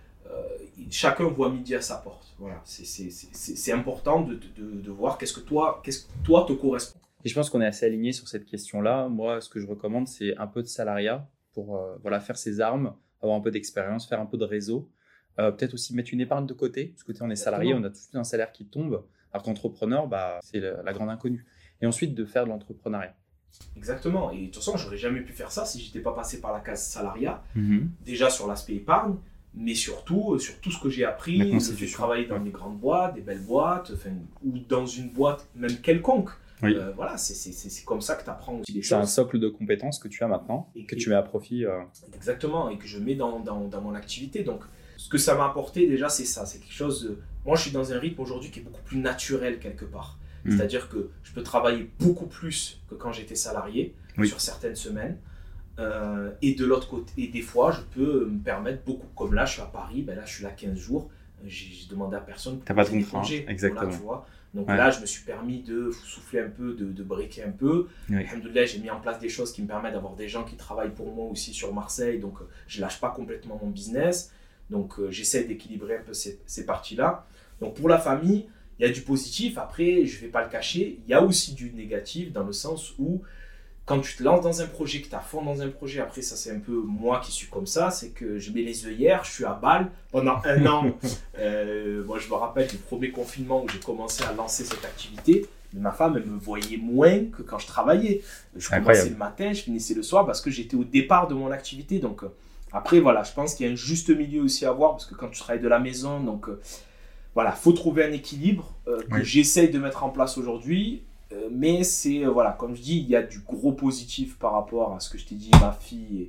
chacun voit midi à sa porte. Voilà. C'est, c'est, c'est, c'est, c'est important de, de, de voir qu'est-ce que toi, qu'est-ce que toi te correspond. Et je pense qu'on est assez alignés sur cette question-là. Moi, ce que je recommande, c'est un peu de salariat pour euh, voilà, faire ses armes, avoir un peu d'expérience, faire un peu de réseau. Euh, peut-être aussi mettre une épargne de côté, parce que tu sais, on est salarié, on a tout un salaire qui tombe, alors qu'entrepreneur, bah, c'est la, la grande inconnue. Et ensuite, de faire de l'entrepreneuriat. Exactement. Et de toute façon, j'aurais jamais pu faire ça si j'étais pas passé par la case salariat. Mm-hmm. Déjà sur l'aspect épargne, mais surtout euh, sur tout ce que j'ai appris. La J'ai constitution. travaillé dans Ouais. des grandes boîtes, des belles boîtes, enfin, ou dans une boîte même quelconque. Oui. Euh, voilà, c'est, c'est, c'est, c'est comme ça que tu apprends aussi des C'est un choses. socle de compétences que tu as maintenant, Et que que- tu mets à profit. euh, Exactement, et que je mets dans, dans, dans mon activité. Donc, ce que ça m'a apporté, déjà, c'est ça. C'est quelque chose. De... Moi, je suis dans un rythme aujourd'hui qui est beaucoup plus naturel, quelque part. Mm. C'est-à-dire que je peux travailler beaucoup plus que quand j'étais salarié, Oui. sur certaines semaines. Euh, et de l'autre côté, et des fois, je peux me permettre beaucoup. Comme là, je suis à Paris, ben là, je suis là quinze jours. J'ai, j'ai demandé à personne pour T'as pas de poser des contraintes, congés. exactement. Voilà, tu vois. Donc Ouais. là, je me suis permis de souffler un peu, de, de breaker un peu. Oui. Alhamdoulilah, j'ai mis en place des choses qui me permettent d'avoir des gens qui travaillent pour moi aussi sur Marseille. Donc, euh, je lâche pas complètement mon business. Donc, euh, j'essaie d'équilibrer un peu ces, ces parties-là. Donc, pour la famille, il y a du positif. Après, je vais pas le cacher, il y a aussi du négatif dans le sens où quand tu te lances dans un projet, que tu as fond dans un projet, après ça c'est un peu moi qui suis comme ça, c'est que je mets les œillères, je suis à Bâle pendant un an. Euh, moi je me rappelle du premier confinement où j'ai commencé à lancer cette activité, mais ma femme elle me voyait moins que quand je travaillais. Je commençais Incroyable. le matin, je finissais le soir parce que j'étais au départ de mon activité. Donc euh, après voilà, je pense qu'il y a un juste milieu aussi à voir parce que quand tu travailles de la maison, donc euh, voilà, faut trouver un équilibre euh, que Oui. j'essaye de mettre en place aujourd'hui. Euh, mais c'est, euh, voilà, comme je dis, il y a du gros positif par rapport à ce que je t'ai dit, ma fille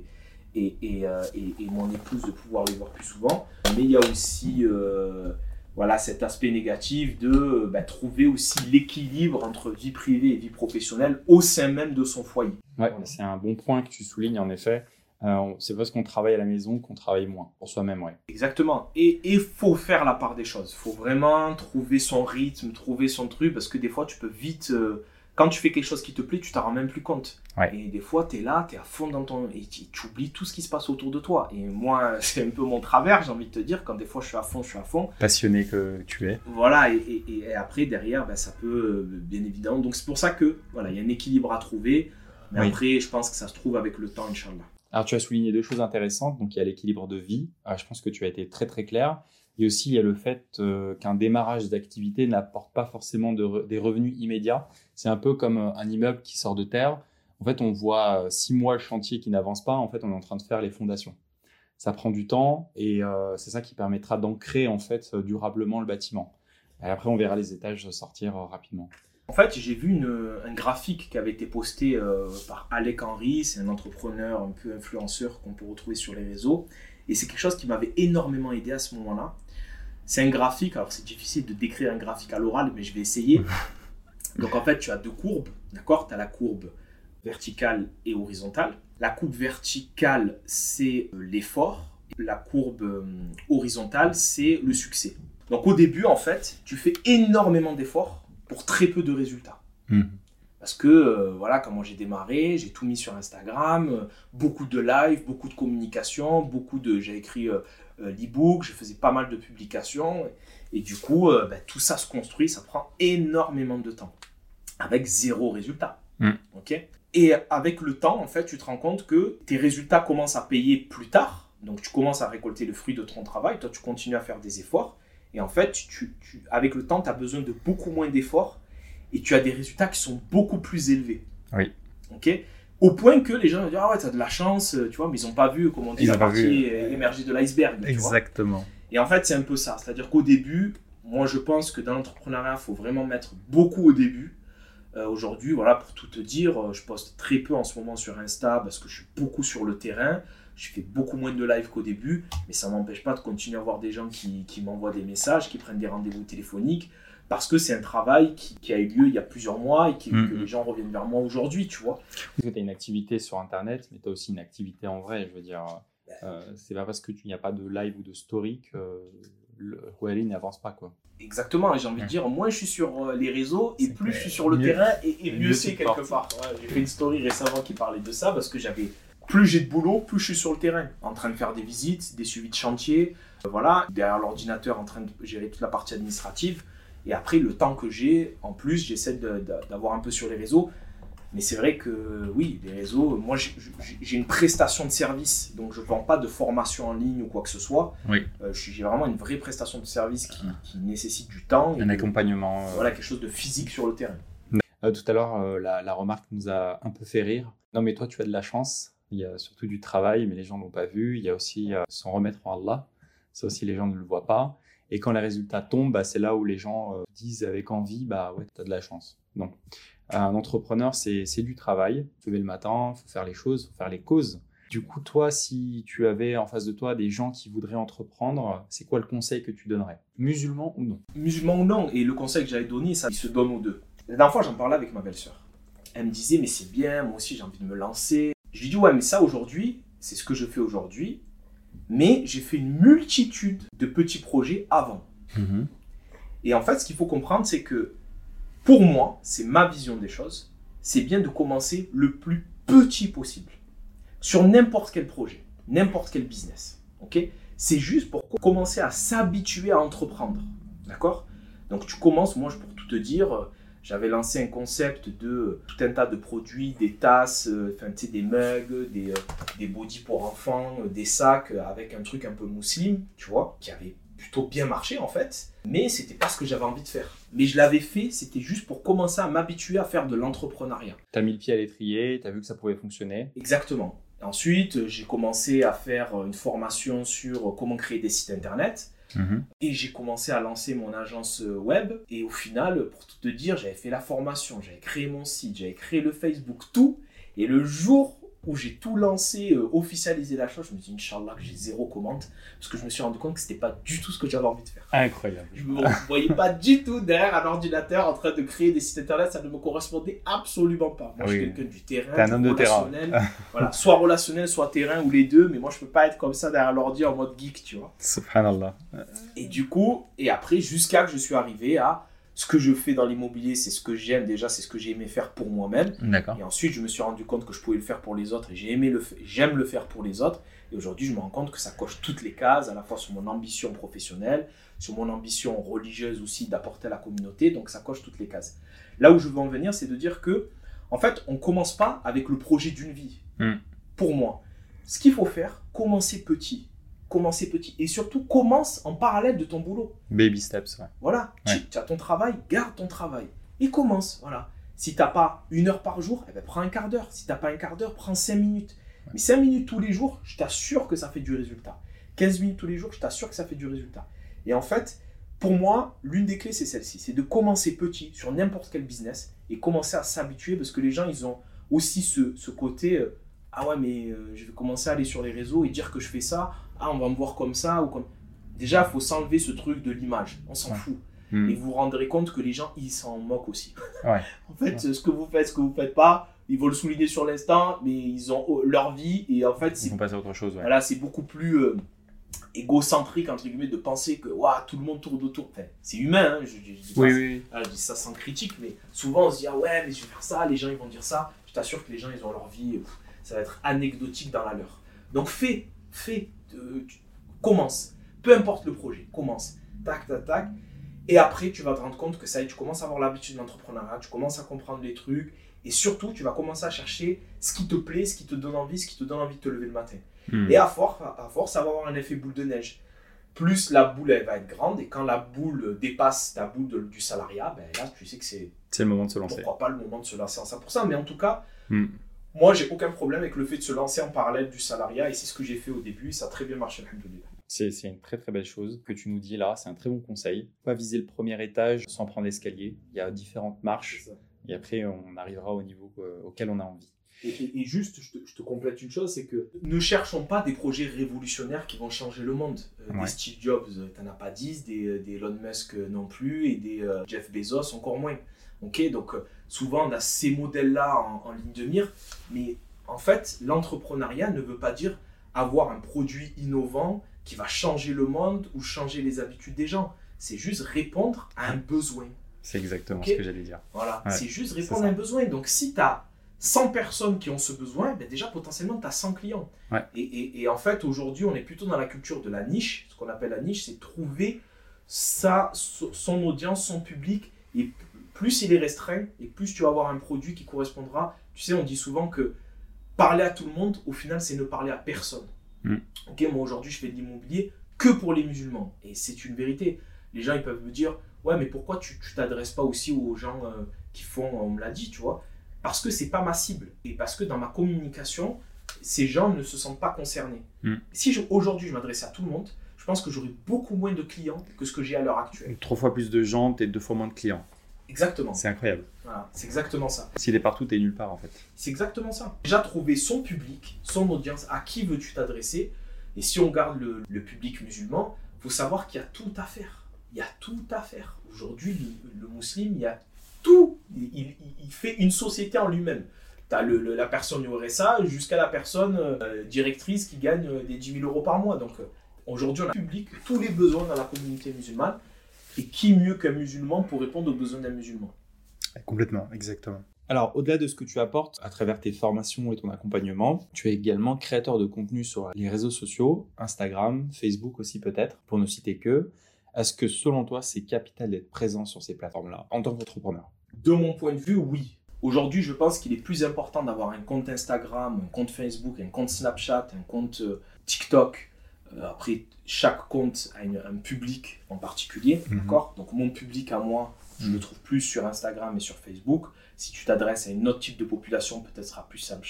et, et, euh, et, et mon épouse de pouvoir les voir plus souvent. Mais il y a aussi euh, voilà, cet aspect négatif de bah, trouver aussi l'équilibre entre vie privée et vie professionnelle au sein même de son foyer. Ouais, Voilà. c'est un bon point que tu soulignes en effet. Euh, c'est parce qu'on travaille à la maison qu'on travaille moins pour soi-même, ouais. Exactement. Et il faut faire la part des choses. Il faut vraiment trouver son rythme, trouver son truc, parce que des fois, tu peux vite... Euh, quand tu fais quelque chose qui te plaît, tu t'en rends même plus compte. Ouais. Et des fois, tu es là, tu es à fond dans ton... Et tu, tu oublies tout ce qui se passe autour de toi. Et moi, c'est un peu mon travers, j'ai envie de te dire. Quand des fois, je suis à fond, je suis à fond. Passionné que tu es. Voilà, et, et, et après, derrière, ben, ça peut, euh, bien évidemment... Donc, c'est pour ça que voilà, il y a un équilibre à trouver. Mais Oui. après, je pense que ça se trouve avec le temps, Inch'Allah. Alors, tu as souligné deux choses intéressantes. Donc, il y a l'équilibre de vie. Alors, je pense que tu as été très, très clair. Et aussi, il y a le fait euh, qu'un démarrage d'activité n'apporte pas forcément de re- des revenus immédiats. C'est un peu comme un immeuble qui sort de terre. En fait, on voit euh, six mois le chantier qui n'avance pas. En fait, on est en train de faire les fondations. Ça prend du temps et euh, c'est ça qui permettra d'ancrer en fait durablement le bâtiment. Et après, on verra les étages sortir euh, rapidement. En fait, j'ai vu une, un graphique qui avait été posté euh, par Alec Henry, c'est un entrepreneur, un peu influenceur qu'on peut retrouver sur les réseaux. Et c'est quelque chose qui m'avait énormément aidé à ce moment-là. C'est un graphique, alors c'est difficile de décrire un graphique à l'oral, mais je vais essayer. Donc en fait, tu as deux courbes, d'accord ? Tu as la courbe verticale et horizontale. La courbe verticale, c'est l'effort. La courbe euh, horizontale, c'est le succès. Donc au début, en fait, tu fais énormément d'efforts pour très peu de résultats. Mmh. Parce que, euh, voilà, comment j'ai démarré, j'ai tout mis sur Instagram, euh, beaucoup de live, beaucoup de communication, beaucoup de... J'ai écrit euh, euh, l'e-book, je faisais pas mal de publications, et, et du coup, euh, ben, tout ça se construit, ça prend énormément de temps, avec zéro résultat. Mmh. Okay ? Et avec le temps, en fait, tu te rends compte que tes résultats commencent à payer plus tard, donc tu commences à récolter le fruit de ton travail, toi tu continues à faire des efforts, et en fait, tu, tu, avec le temps, tu as besoin de beaucoup moins d'efforts et tu as des résultats qui sont beaucoup plus élevés. Oui. Ok ? Au point que les gens vont dire « Ah ouais, tu as de la chance, tu vois, mais ils n'ont pas vu, comme on dit, Ils la ont pas partie vu. émergée de l'iceberg. » tu vois. Exactement. Et en fait, c'est un peu ça. C'est-à-dire qu'au début, moi, je pense que dans l'entrepreneuriat, il faut vraiment mettre beaucoup au début. Euh, aujourd'hui, voilà, pour tout te dire, je poste très peu en ce moment sur Insta parce que je suis beaucoup sur le terrain. Je fais beaucoup moins de live qu'au début, mais ça ne m'empêche pas de continuer à voir des gens qui, qui m'envoient des messages, qui prennent des rendez-vous téléphoniques, parce que c'est un travail qui, qui a eu lieu il y a plusieurs mois et qui, mmh. que les gens reviennent vers moi aujourd'hui, tu vois. Parce que tu as une activité sur Internet, mais tu as aussi une activité en vrai, je veux dire. Euh, c'est pas parce qu'il n'y a pas de live ou de story que le Royally n'avance pas, quoi. Exactement, et j'ai envie de dire, moins je suis sur les réseaux et c'est plus je suis sur le mieux, terrain et, et mieux, mieux c'est quelque part. Ouais, j'ai fait une story récemment qui parlait de ça parce que j'avais... Plus j'ai de boulot, plus je suis sur le terrain, en train de faire des visites, des suivis de chantier, euh, voilà, derrière l'ordinateur en train de gérer toute la partie administrative. Et après, le temps que j'ai, en plus, j'essaie de, de, d'avoir un peu sur les réseaux. Mais c'est vrai que, oui, les réseaux, moi j'ai, j'ai une prestation de service, donc je ne vends pas de formation en ligne ou quoi que ce soit. Oui. Euh, j'ai vraiment une vraie prestation de service qui, qui nécessite du temps. Un et accompagnement. De, euh... Voilà, quelque chose de physique sur le terrain. Euh, tout à l'heure, euh, la, la remarque nous a un peu fait rire. Non, mais toi, tu as de la chance. Il y a surtout du travail, mais les gens ne l'ont pas vu. Il y a aussi euh, s'en remettre en Allah. Ça aussi, les gens ne le voient pas. Et quand les résultats tombent, bah, c'est là où les gens euh, disent avec envie, bah ouais, tu as de la chance. Donc, un entrepreneur, c'est, c'est du travail. Il faut lever le matin, il faut faire les choses, il faut faire les causes. Du coup, toi, si tu avais en face de toi des gens qui voudraient entreprendre, c'est quoi le conseil que tu donnerais ? Musulman ou non ? Musulman ou non. Et le conseil que j'avais donné, ça il se donne aux deux. La dernière fois, j'en parlais avec ma belle-sœur. Elle me disait, mais c'est bien, moi aussi j'ai envie de me lancer. Je lui dis, ouais, mais ça aujourd'hui, c'est ce que je fais aujourd'hui, mais j'ai fait une multitude de petits projets avant. Mmh. Et en fait, ce qu'il faut comprendre, c'est que pour moi, c'est ma vision des choses, c'est bien de commencer le plus petit possible sur n'importe quel projet, n'importe quel business. Okay ? C'est juste pour commencer à s'habituer à entreprendre. D'accord ? Donc tu commences, moi, pour tout te dire, j'avais lancé un concept de tout un tas de produits, des tasses, euh, tu sais, des mugs, des, euh, des bodys pour enfants, euh, des sacs euh, avec un truc un peu mousseline, tu vois, qui avait plutôt bien marché en fait, mais c'était pas ce que j'avais envie de faire. Mais je l'avais fait, c'était juste pour commencer à m'habituer à faire de l'entrepreneuriat. T'as mis le pied à l'étrier, t'as vu que ça pouvait fonctionner. Exactement. Ensuite, j'ai commencé à faire une formation sur comment créer des sites internet. Mmh. Et j'ai commencé à lancer mon agence web. Et au final, pour tout te dire, j'avais fait la formation, j'avais créé mon site, j'avais créé le Facebook, tout. Et le jour où j'ai tout lancé, euh, officialisé la chose, je me dis, Inch'Allah, que j'ai zéro commande, parce que je me suis rendu compte que c'était pas du tout ce que j'avais envie de faire. Incroyable. Je me voyais pas du tout derrière un ordinateur en train de créer des sites internet, ça ne me correspondait absolument pas. Moi, Oui. je suis quelqu'un du terrain, T'es un du homme de terrain. relationnel. Voilà, soit relationnel, soit terrain, ou les deux, mais moi, je peux pas être comme ça derrière l'ordi en mode geek, tu vois. Subhanallah. Et du coup, et après, jusqu'à que je suis arrivé à ce que je fais dans l'immobilier, c'est ce que j'aime déjà, c'est ce que j'ai aimé faire pour moi-même. D'accord. Et ensuite, je me suis rendu compte que je pouvais le faire pour les autres et j'ai aimé le fa- j'aime le faire pour les autres. Et aujourd'hui, je me rends compte que ça coche toutes les cases, à la fois sur mon ambition professionnelle, sur mon ambition religieuse aussi d'apporter à la communauté. Donc, ça coche toutes les cases. Là où je veux en venir, c'est de dire que, en fait, on ne commence pas avec le projet d'une vie. Mm. Pour moi, ce qu'il faut faire, commencer petit. Commencer petit. Et surtout, commence en parallèle de ton boulot. Baby steps, ouais. Voilà, Ouais. tu, tu as ton travail, garde ton travail. Et commence, voilà. Si tu n'as pas une heure par jour, eh ben, prends un quart d'heure. Si tu n'as pas un quart d'heure, prends cinq minutes. Mais cinq minutes tous les jours, je t'assure que ça fait du résultat. quinze minutes tous les jours, je t'assure que ça fait du résultat. Et en fait, pour moi, l'une des clés, c'est celle-ci. C'est de commencer petit sur n'importe quel business et commencer à s'habituer parce que les gens, ils ont aussi ce, ce côté euh, ah ouais, mais euh, je vais commencer à aller sur les réseaux et dire que je fais ça. Ah, on va me voir comme ça ou comme... Déjà, il faut s'enlever ce truc de l'image. On s'en Ouais. fout. Mm. Et vous vous rendrez compte que les gens, ils s'en moquent aussi. Ouais. En fait, ce que vous faites, ce que vous faites pas, ils vont le souligner sur l'instant, mais ils ont oh, leur vie. Et en fait, Ils c'est vont passer à autre chose, ouais. voilà, c'est beaucoup plus euh, égocentrique, entre guillemets, de penser que ouah, tout le monde tourne autour. Enfin, c'est humain, hein, je, je, je dis pas Oui, ça- oui, oui. voilà, je dis ça sans critique, mais souvent on se dit ah ouais, mais je vais faire ça, les gens ils vont dire ça. Je t'assure que les gens ils ont leur vie, pff, ça va être anecdotique dans la leur. Donc fais, fais, euh, tu- commence. Peu importe le projet, commence. Tac, tac, tac. Et après, tu vas te rendre compte que ça y est, tu commences à avoir l'habitude de l'entrepreneuriat, tu commences à comprendre les trucs, et surtout, tu vas commencer à chercher ce qui te plaît, ce qui te donne envie, ce qui te donne envie de te lever le matin. Mm. Et à force, à force, ça va avoir un effet boule de neige. Plus la boule, elle va être grande, et quand la boule dépasse ta boule de- du salariat, ben là, tu sais que c'est, C'est le moment de se lancer. pourquoi pas, le moment de se lancer en cent pour cent. Mais en tout cas, Mm. moi, j'ai aucun problème avec le fait de se lancer en parallèle du salariat, et c'est ce que j'ai fait au début, et ça a très bien marché, alhamdoulilah. C'est c'est une très très belle chose que tu nous dis là, c'est un très bon conseil. Pas viser le premier étage sans prendre l'escalier. Il y a différentes marches C'est ça. et après on arrivera au niveau euh, auquel on a envie. Et, et- et juste, je te, je te complète une chose, c'est que ne cherchons pas des projets révolutionnaires qui vont changer le monde. Euh, Ouais. Des Steve Jobs, euh, t'en as pas dix, des, des Elon Musk euh, non plus, et des euh, Jeff Bezos encore moins. Ok, donc euh, souvent on a ces modèles-là en, en ligne de mire, mais en fait, l'entrepreneuriat ne veut pas dire avoir un produit innovant qui va changer le monde ou changer les habitudes des gens. C'est juste répondre à un besoin. C'est exactement Ok. ce que j'allais dire. Voilà, Ouais, c'est juste c'est répondre ça. à un besoin. Donc, si tu as cent personnes qui ont ce besoin, ben déjà, potentiellement, tu as cent clients. Ouais. Et, et- et en fait, aujourd'hui, on est plutôt dans la culture de la niche. Ce qu'on appelle la niche, c'est trouver sa, so- son audience, son public. Et p- plus il est restreint, et plus tu vas avoir un produit qui correspondra. Tu sais, on dit souvent que parler à tout le monde, au final, c'est ne parler à personne. Mm. Ok, moi, aujourd'hui, je fais de l'immobilier que pour les musulmans. Et c'est une vérité. Les gens, ils peuvent me dire, ouais, mais pourquoi tu ne t'adresses pas aussi aux gens euh, qui font, on me l'a dit, tu vois? Parce que c'est pas ma cible. Et parce que dans ma communication, ces gens ne se sentent pas concernés. Mm. Si je- aujourd'hui, je m'adressais à tout le monde, je pense que j'aurais beaucoup moins de clients que ce que j'ai à l'heure actuelle. Trois fois plus de gens et deux fois moins de clients. Exactement. C'est incroyable. Voilà, c'est exactement ça. S'il est partout, t'es nulle part en fait. C'est exactement ça. Déjà trouver son public, son audience, à qui veux-tu t'adresser. Et si on garde le, le public musulman, il faut savoir qu'il y a tout à faire. Il y a tout à faire. Aujourd'hui, le, le musulman, il y a tout. Il, il- il fait une société en lui-même. Tu as le, le- la personne au R S A jusqu'à la personne euh, directrice qui gagne euh, des dix mille euros par mois. Donc euh, aujourd'hui, on a un public, tous les besoins dans la communauté musulmane. Et qui mieux qu'un musulman pour répondre aux besoins d'un musulman? Complètement, exactement. Alors, au-delà de ce que tu apportes à travers tes formations et ton accompagnement, tu es également créateur de contenu sur les réseaux sociaux, Instagram, Facebook aussi peut-être, pour ne citer que. Est-ce que selon toi, c'est capital d'être présent sur ces plateformes-là en tant qu'entrepreneur? De mon point de vue, oui. Aujourd'hui, je pense qu'il est plus important d'avoir un compte Instagram, un compte Facebook, un compte Snapchat, un compte euh, TikTok. Euh, après, chaque compte a une- un public en particulier, Mhm. d'accord? Donc, mon public à moi, je Mhm. le trouve plus sur Instagram et sur Facebook. Si tu t'adresses à un autre type de population, peut-être sera plus Snapchat.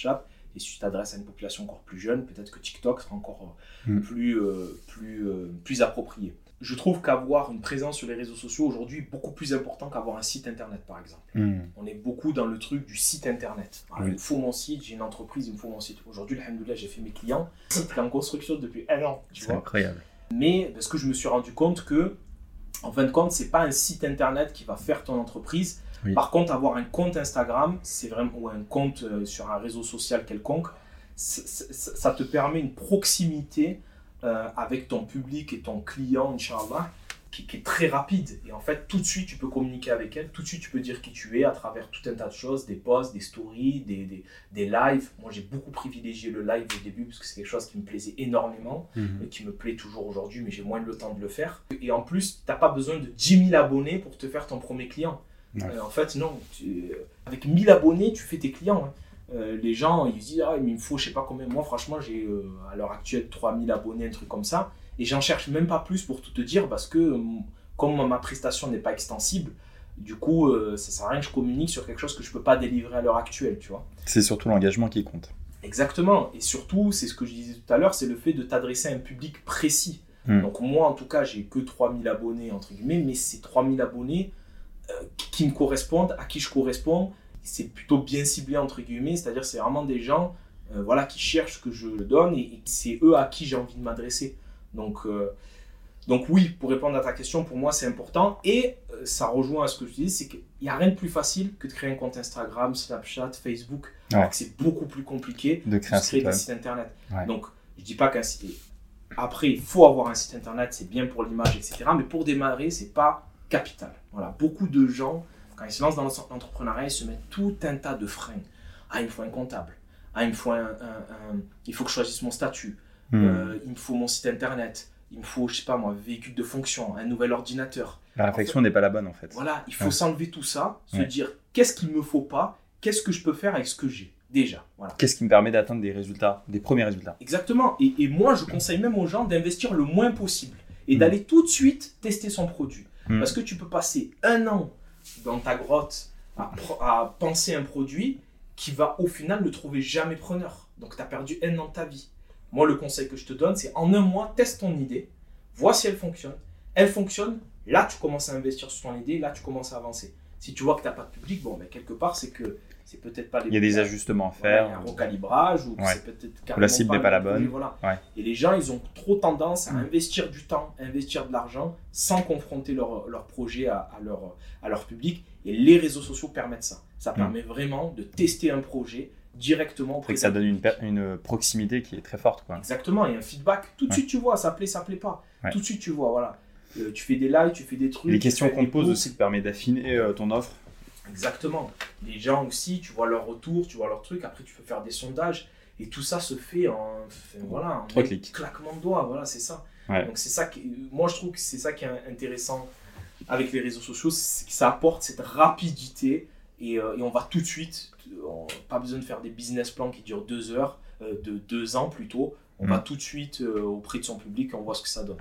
Et si tu t'adresses à une population encore plus jeune, peut-être que TikTok sera encore euh, Mm. plus, euh, plus, euh, plus approprié. Je trouve qu'avoir une présence sur les réseaux sociaux aujourd'hui est beaucoup plus important qu'avoir un site internet, par exemple. Mm. On est beaucoup dans le truc du site internet. Voilà, Oui. Il me faut mon site, j'ai une entreprise, il me faut mon site. Aujourd'hui, alhamdoulilah, j'ai fait mes clients. C'est en construction depuis un an, tu C'est vois. incroyable. Mais parce que je me suis rendu compte que, en fin de compte, c'est pas un site internet qui va faire ton entreprise. Oui. Par contre, avoir un compte Instagram, c'est vraiment ou un compte euh, sur un réseau social quelconque, c- c- ça te permet une proximité euh, avec ton public et ton client, Inch'Allah, qui, qui est très rapide. Et en fait, tout de suite, tu peux communiquer avec elle, tout de suite, tu peux dire qui tu es à travers tout un tas de choses, des posts, des stories, des, des, des lives. Moi, j'ai beaucoup privilégié le live au début parce que c'est quelque chose qui me plaisait énormément Mm. et qui me plaît toujours aujourd'hui, mais j'ai moins le temps de le faire. Et en plus, tu n'as pas besoin de dix mille abonnés pour te faire ton premier client. Ouais. Euh, en fait, non. Tu- avec mille abonnés, tu fais tes clients. Hein. Euh, les gens, ils se disent, ah, mais il me faut, je sais pas combien. Moi, franchement, j'ai euh, à l'heure actuelle trois mille abonnés, un truc comme ça. Et j'en cherche même pas plus pour tout te dire parce que, euh, comme ma prestation n'est pas extensible, du coup, euh, ça sert à rien que je communique sur quelque chose que je peux pas délivrer à l'heure actuelle, tu vois. C'est surtout l'engagement qui compte. Exactement. Et surtout, c'est ce que je disais tout à l'heure, c'est le fait de t'adresser à un public précis. Mm. Donc moi, en tout cas, j'ai que trois mille abonnés, entre guillemets, mais ces trois mille abonnés euh, qui me correspondent, à qui je corresponds, c'est plutôt bien ciblé, entre guillemets, c'est-à-dire c'est vraiment des gens euh, voilà, qui cherchent ce que je donne et, et c'est eux à qui j'ai envie de m'adresser. Donc, euh, donc oui, pour répondre à ta question, pour moi, c'est important. Et euh, ça rejoint à ce que je dis, c'est qu'il n'y a rien de plus facile que de créer un compte Instagram, Snapchat, Facebook, Ouais. alors que c'est beaucoup plus compliqué De créer un de créer site des web. sites internet. Ouais. Donc, je dis pas qu'un site. Après, il faut avoir un site internet, c'est bien pour l'image, et cetera. Mais pour démarrer, c'est pas capital. Voilà, beaucoup de gens, quand ils se lancent dans l'entrepreneuriat, ils se mettent tout un tas de freins. Ah, il me faut un comptable. Ah, il me faut un, un- un- il faut que je choisisse mon statut. Mm. Euh, il me faut mon site internet. Il me faut, je sais pas moi, véhicule de fonction, un nouvel ordinateur. La réflexion n'est pas la bonne en fait. Voilà, il faut Ouais. s'enlever tout ça, se Ouais. dire qu'est-ce qu'il me faut pas, qu'est-ce que je peux faire avec ce que j'ai déjà. Voilà. Qu'est-ce qui me permet d'atteindre des résultats, des premiers résultats? Exactement. Et, et moi, je conseille même aux gens d'investir le moins possible et Mm. d'aller tout de suite tester son produit. Mm. Parce que tu peux passer un an dans ta grotte à, pro- à penser un produit qui va au final ne trouver jamais preneur. Donc, tu as perdu un an de ta vie. Moi, le conseil que je te donne, c'est en un mois, teste ton idée, vois si elle fonctionne. Elle fonctionne, là, tu commences à investir sur ton idée, là, tu commences à avancer. Si tu vois que tu n'as pas de public, bon, ben, quelque part, c'est que c'est peut-être pas les Il y a des bons- ajustements à voilà, faire. il y a un recalibrage ou que Ouais. c'est peut-être Ou carrément la cible n'est pas le la projet, bonne. voilà. Ouais. Et les gens, ils ont trop tendance à Mm. investir du temps, investir de l'argent sans confronter leur, leur projet à, à leur, à leur public. Et les réseaux sociaux permettent ça. Ça Mm. permet vraiment de tester un projet directement Et auprès que ça d'un donne une, public. per- une proximité qui est très forte, quoi. Exactement, et un feedback. Tout de Ouais. suite, tu vois, ça plaît, ça plaît pas. Ouais. Tout de suite, tu vois, voilà. Euh, tu fais des lives, tu fais des trucs. Et les tu questions fais qu'on des te pose posts. aussi te permet d'affiner euh, ton offre. Exactement. Les gens aussi, tu vois leur retour, tu vois leur truc. Après, tu peux faire des sondages. Et tout ça se fait en, enfin, voilà, en Trois un clics. claquement de doigts. Voilà, c'est ça. Ouais. Donc, c'est ça qui, moi, je trouve que c'est ça qui est intéressant avec les réseaux sociaux. C'est que ça apporte cette rapidité. Et, euh, et on va tout de suite, on, pas besoin de faire des business plans qui durent deux heures, euh, de deux ans plutôt. On Mm. va tout de suite euh, auprès de son public et on voit ce que ça donne.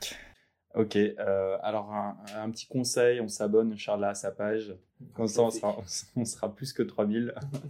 Ok, euh, alors un, un petit conseil, on s'abonne, Inch'Allah, à sa page. Comme ça, on sera, on sera plus que trois mille.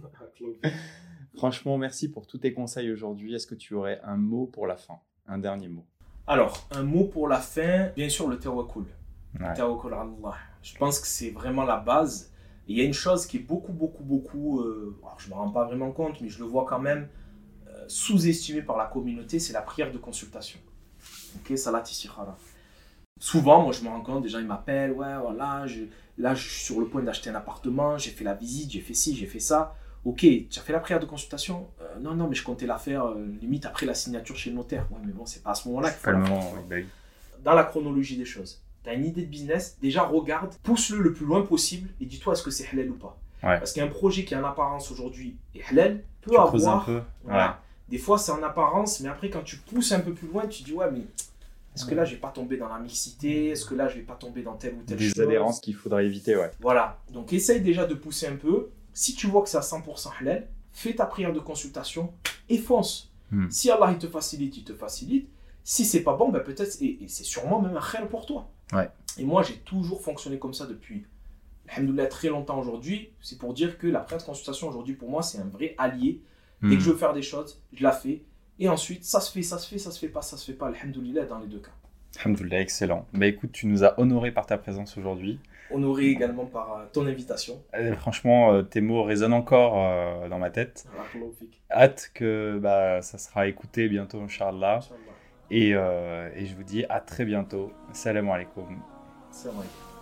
Franchement, merci pour tous tes conseils aujourd'hui. Est-ce que tu aurais un mot pour la fin? Un dernier mot? Alors, un mot pour la fin, bien sûr le tawakkul. Ouais. Tawakkul ala Allah. Je pense que c'est vraiment la base. Et il y a une chose qui est beaucoup, beaucoup, beaucoup, euh, alors je ne me rends pas vraiment compte, mais je le vois quand même, euh, sous-estimé par la communauté, c'est la prière de consultation. Ok, salat istikhara. Souvent, moi je me rends compte, des gens ils m'appellent, ouais, voilà, je, là je suis sur le point d'acheter un appartement, j'ai fait la visite, j'ai fait ci, j'ai fait ça. Ok, tu as fait la prière de consultation? Euh, Non, non, mais je comptais la faire euh, limite après la signature chez le notaire. Ouais, mais bon, c'est pas à ce moment-là qu'il faut Pas le la faire. moment, oui, bah oui. Dans la chronologie des choses. Tu as une idée de business, déjà regarde, pousse-le le plus loin possible et dis-toi est-ce que c'est halal ou pas. Ouais. Parce qu'un projet qui en apparence aujourd'hui est halal peut Tu creuses un avoir. peu. Voilà. Des fois c'est en apparence, mais après quand tu pousses un peu plus loin, tu dis ouais, mais est-ce que là je vais pas tomber dans la mixité? Est-ce que là je vais pas tomber dans telle ou telle Des chose? adhérences qu'il faudrait éviter, ouais. Voilà. Donc essaye déjà de pousser un peu. Si tu vois que c'est à cent pour cent halal, fais ta prière de consultation et fonce. Hmm. Si Allah il te facilite, il te facilite. Si c'est pas bon, ben peut-être, et, et c'est sûrement même un khayr pour toi. Ouais. Et moi, j'ai toujours fonctionné comme ça depuis, alhamdoulilah, très longtemps aujourd'hui. C'est pour dire que la prière de consultation aujourd'hui, pour moi, c'est un vrai allié. Dès Hmm. que je veux faire des choses, je la fais. Et ensuite, ça se fait, ça se fait, ça se fait pas, ça se fait pas. Alhamdoulilah, dans les deux cas. Alhamdoulilah, excellent. Bah écoute, tu nous as honoré par ta présence aujourd'hui. Honoré également par euh, ton invitation. Euh, franchement, euh, tes mots résonnent encore euh, dans ma tête. Barakallahu fik. Hâte que bah, ça sera écouté bientôt, Inch'Allah. Inch'Allah. Et, euh, et je vous dis à très bientôt. Salam alaikum. Salam alaikum.